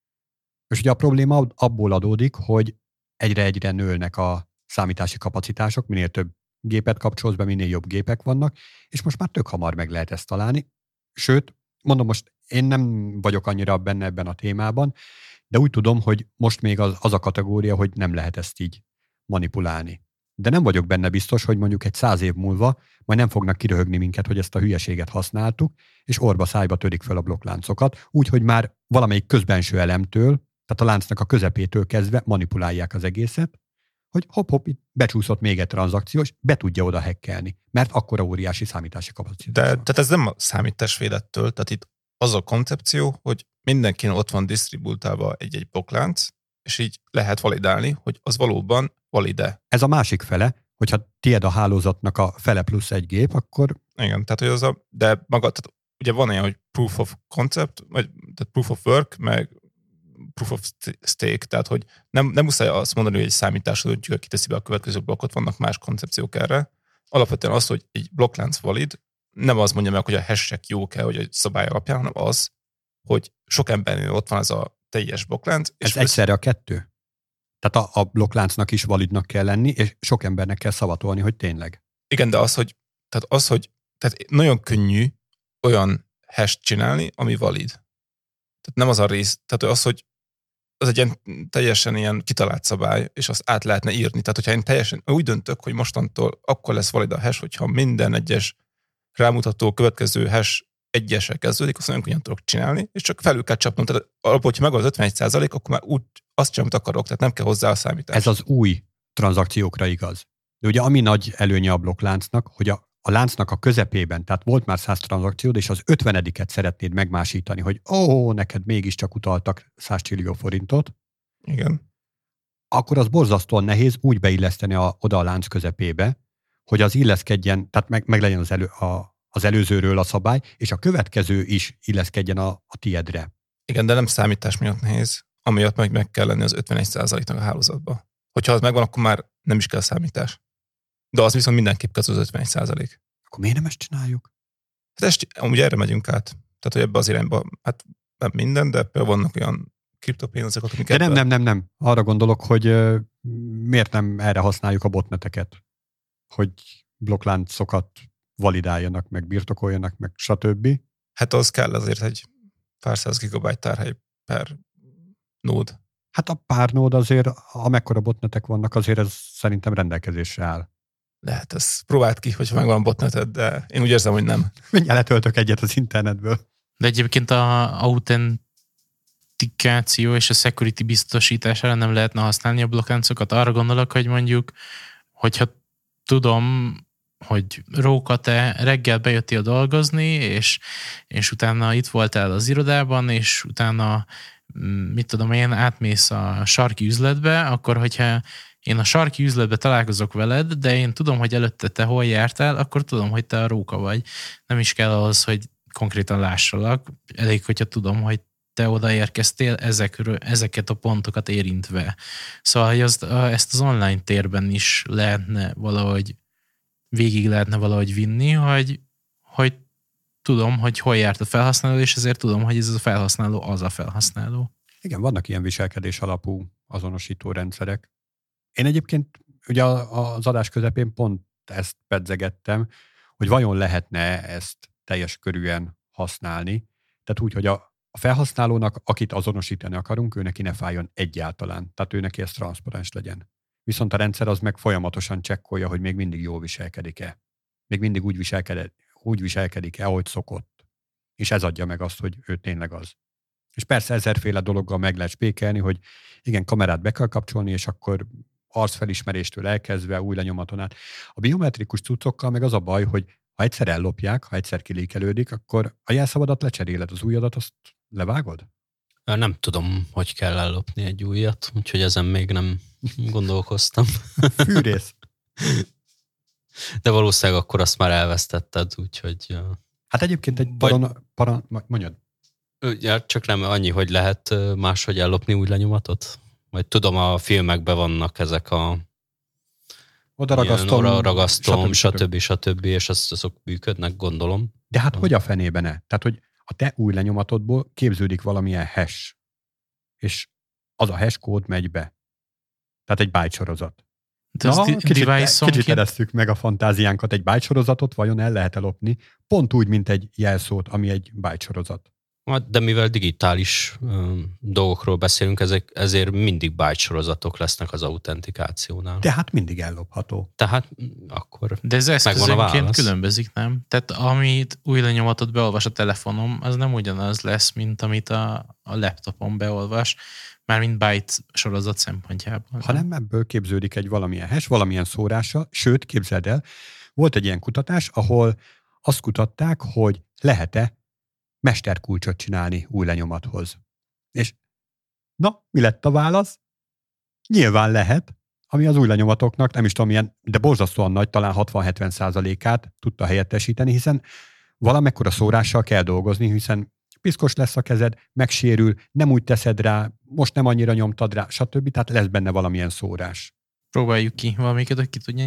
És ugye a probléma abból adódik, hogy egyre-egyre nőnek a számítási kapacitások, minél több gépet kapcsolsz be, minél jobb gépek vannak, és most már tök hamar meg lehet ezt találni. Sőt, mondom, most én nem vagyok annyira benne ebben a témában, de úgy tudom, hogy most még az, az a kategória, hogy nem lehet ezt így manipulálni. De nem vagyok benne biztos, hogy mondjuk egy száz év múlva majd nem fognak kiröhögni minket, hogy ezt a hülyeséget használtuk, és orba szájba törik fel a blokkláncokat, úgyhogy már valamelyik közbenső elemtől, tehát a láncnak a közepétől kezdve manipulálják az egészet, hogy hopp-hopp, itt becsúszott még egy tranzakció, és be tudja oda hekkelni, mert akkora óriási számítási kapacitás. De tehát ez nem a számításvédettől, tehát itt az a koncepció, hogy mindenkinek ott van disztribúltálva egy-egy blokklánc, és így lehet validálni, hogy az valóban valide. Ez a másik fele, hogyha tied a hálózatnak a fele plusz egy gép, akkor... Igen, tehát hogy az a... De maga, tehát ugye van olyan, hogy proof of concept, vagy tehát proof of work, meg proof of stake, tehát hogy nem, nem muszáj azt mondani, hogy egy számításra döntjük, ki teszi be a következő blokkot, vannak más koncepciók erre. Alapvetően az, hogy egy blokklánc valid, nem az mondja meg, hogy a hashek jók-e, hogy a szabály alapján, hanem az, hogy sok embernél ott van ez a teljes blokklánc. És ez egyszerre a kettő? Tehát a, a blokkláncnak is validnak kell lenni, és sok embernek kell szavatolni, hogy tényleg. Igen, de az, hogy, tehát az, hogy tehát nagyon könnyű olyan hash csinálni, ami valid. Tehát nem az a rész, tehát az, hogy az egy ilyen teljesen ilyen kitalált szabály, és azt át lehetne írni. Tehát, hogyha én teljesen úgy döntök, hogy mostantól akkor lesz valid a hash, hogyha minden egyes rámutató következő hash egyesre kezdődik, azt nagyon könnyen tudok csinálni, és csak felül kell csapnom. Tehát alapból, hogyha megvan az ötvenegy százalék, akkor már úgy azt sem, amit akarok, tehát nem kell hozzá a számítás. Ez az új tranzakciókra igaz. De ugye ami nagy előnye a blokkláncnak, hogy a, a láncnak a közepében, tehát volt már száz tranzakciód, és az ötvenediket szeretnéd megmásítani, hogy ó, neked mégiscsak utaltak száz csillió forintot. Igen. Akkor az borzasztóan nehéz úgy beilleszteni a, oda a lánc közepébe, hogy az illeszkedjen, tehát meg, meg legyen az, elő, a, az előzőről a szabály, és a következő is illeszkedjen a, a tiedre. Igen, de nem számítás miatt nehéz, amiatt meg meg kell lenni az ötvenegy százaléknak a hálózatban. Hogyha az megvan, akkor már nem is kell számítás. De az viszont mindenképp az ötvenegy százalék. Akkor miért nem ezt csináljuk? Hát ezt, amúgy erre megyünk át. Tehát, hogy ebbe az irányba, hát nem minden, de például vannak olyan kriptopénzek, amik De nem, nem, nem, nem. Arra gondolok, hogy uh, miért nem erre használjuk a botneteket, hogy blokkláncokat validáljanak, meg birtokoljanak, meg stb. Hát az kell azért egy pár száz gigabyte tárhely per nód. Hát a pár nód azért, amekkora botnetek vannak, azért ez szerintem rendelkezésre áll. Lehet, ezt próbáld ki, hogyha megvan a botneted, de én úgy érzem, hogy nem. Mindjárt letöltök egyet az internetből. De egyébként a autentikáció és a security biztosítására nem lehetne használni a blokkláncokat. Arra gondolok, hogy mondjuk, hogyha tudom, hogy Róka, te reggel bejöttél dolgozni, és, és utána itt voltál az irodában, és utána, mit tudom én, átmész a sarki üzletbe, akkor hogyha én a sarki üzletbe találkozok veled, de én tudom, hogy előtte te hol jártál, akkor tudom, hogy te a Róka vagy. Nem is kell ahhoz, hogy konkrétan lássalak. Elég, hogyha tudom, hogy te odaérkeztél ezekről, ezeket a pontokat érintve. Szóval, hogy azt, ezt az online térben is lehetne valahogy, végig lehetne valahogy vinni, hogy, hogy tudom, hogy hol járt a felhasználó, és ezért tudom, hogy ez a felhasználó az a felhasználó. Igen, vannak ilyen viselkedés alapú azonosító rendszerek. Én egyébként ugye az adás közepén pont ezt pedzegettem, hogy vajon lehetne ezt teljes körűen használni. Tehát úgy, hogy a felhasználónak, akit azonosítani akarunk, ő neki ne fájjon egyáltalán. Tehát ő neki ez transzparens legyen. Viszont a rendszer az meg folyamatosan csekkolja, hogy még mindig jól viselkedik-e. Még mindig úgy viselkedik, úgy viselkedik-e, ahogy szokott. És ez adja meg azt, hogy ő tényleg az. És persze ezerféle dologgal meg lehet spékelni, hogy igen, kamerát be kell kapcsolni, és akkor arcfelismeréstől elkezdve új lenyomaton át. A biometrikus cuccokkal meg az a baj, hogy ha egyszer ellopják, ha egyszer kilékelődik, akkor a jelszavadat lecseréled, az új adat, azt levágod? Nem tudom, hogy kell ellopni egy újat, úgyhogy ezen még nem gondolkoztam. Fűrész. De valószínűleg akkor azt már elvesztetted, úgyhogy... Hát egyébként egy paran... paran mondjad. Ja, csak nem annyi, hogy lehet máshogy ellopni új lenyomatot? Vagy tudom, a filmekben vannak ezek a... Oda ragasztom, oda ragasztom, stb. stb. És azt, azok működnek, gondolom. De hát hogy a fenében ne? Tehát, hogy a te új lenyomatodból képződik valamilyen hash, és az a hash kód megy be. Tehát egy byte sorozat. De Na, di- kicsit, kicsit eresztük meg a fantáziánkat, egy byte sorozatot vajon el lehet elopni, pont úgy, mint egy jelszót, ami egy byte sorozat. De mivel digitális um, dolgokról beszélünk, ezek, ezért mindig byte sorozatok lesznek az autentikációnál. Tehát mindig ellopható. Tehát akkor de ez eszközönként különbözik, nem? Tehát amit új lenyomatot beolvas a telefonom, az nem ugyanaz lesz, mint amit a, a laptopon beolvas, mármint byte sorozat szempontjából. Hanem ebből képződik egy valamilyen hash, valamilyen szórása, sőt, képzeld el, volt egy ilyen kutatás, ahol azt kutatták, hogy lehet-e mesterkulcsot csinálni új lenyomathoz. És na, mi lett a válasz? Nyilván lehet, ami az új lenyomatoknak, nem is tudom milyen, de borzasztóan nagy, talán hatvan-hetven százalékát tudta helyettesíteni, hiszen valamekkora szórással kell dolgozni, hiszen piszkos lesz a kezed, megsérül, nem úgy teszed rá, most nem annyira nyomtad rá, stb. Tehát lesz benne valamilyen szórás. Próbáljuk ki, valamiket, hogy ki tudja.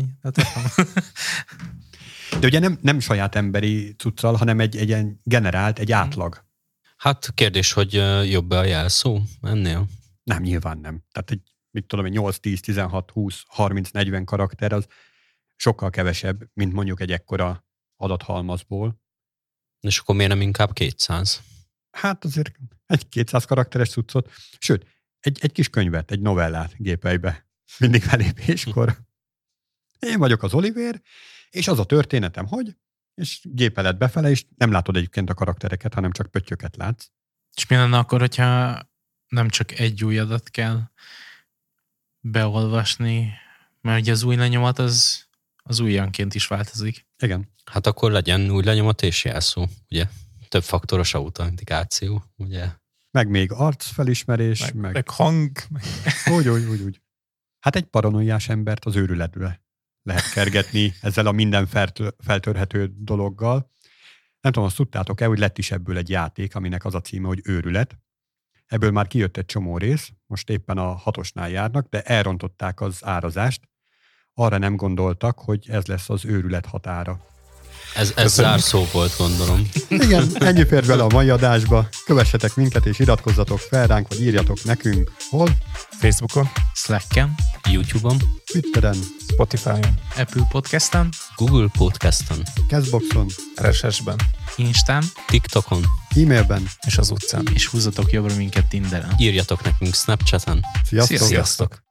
De ugye nem, nem saját emberi cuccal, hanem egy, egy ilyen generált, egy átlag. Hát kérdés, hogy jobb-e a jelszó ennél? Nem, nyilván nem. Tehát egy, mit tudom, egy nyolc, tíz, tizenhat, húsz, harminc, negyven karakter az sokkal kevesebb, mint mondjuk egy ekkora adathalmazból. És akkor miért nem inkább kétszáz? Hát azért egy kétszáz karakteres cuccot, sőt, egy, egy kis könyvet, egy novellát gépelj be. Mindig felépéskor. Én vagyok az Oliver, és az a történetem, hogy, és gépeled befele, és nem látod egyébként a karaktereket, hanem csak pöttyöket látsz. És mi lenne akkor, hogyha nem csak egy új adat kell beolvasni, mert ugye az új lenyomat az, az újjanként is változik. Igen. Hát akkor legyen új lenyomat és jelszó, ugye? Többfaktoros autentikáció, ugye? Meg még arcfelismerés, meg, meg... meg hang. Úgy, úgy, úgy, úgy. Hát egy paranoiás embert az őrületbe lehet kergetni ezzel a minden feltörhető dologgal. Nem tudom, azt tudtátok-e, hogy lett is ebből egy játék, aminek az a címe, hogy Őrület. Ebből már kijött egy csomó rész, most éppen a hatosnál járnak, de elrontották az árazást. Arra nem gondoltak, hogy ez lesz az őrület határa. Ez, ez zárszó volt, gondolom. Igen, ennyi fér bele a mai adásba. Kövessetek minket és iratkozzatok fel ránk, vagy írjatok nekünk. Hol? Facebookon, Slacken, YouTube-on, Twitteren, Spotify-on, Apple Podcasten, Google Podcasten, Castboxon, er es es-ben Instán, TikTokon, e-mailben. és az utcán. és húzatok jobbra minket Tinderen. írjatok nekünk Snapchaten. Sziasztok! Sziasztok!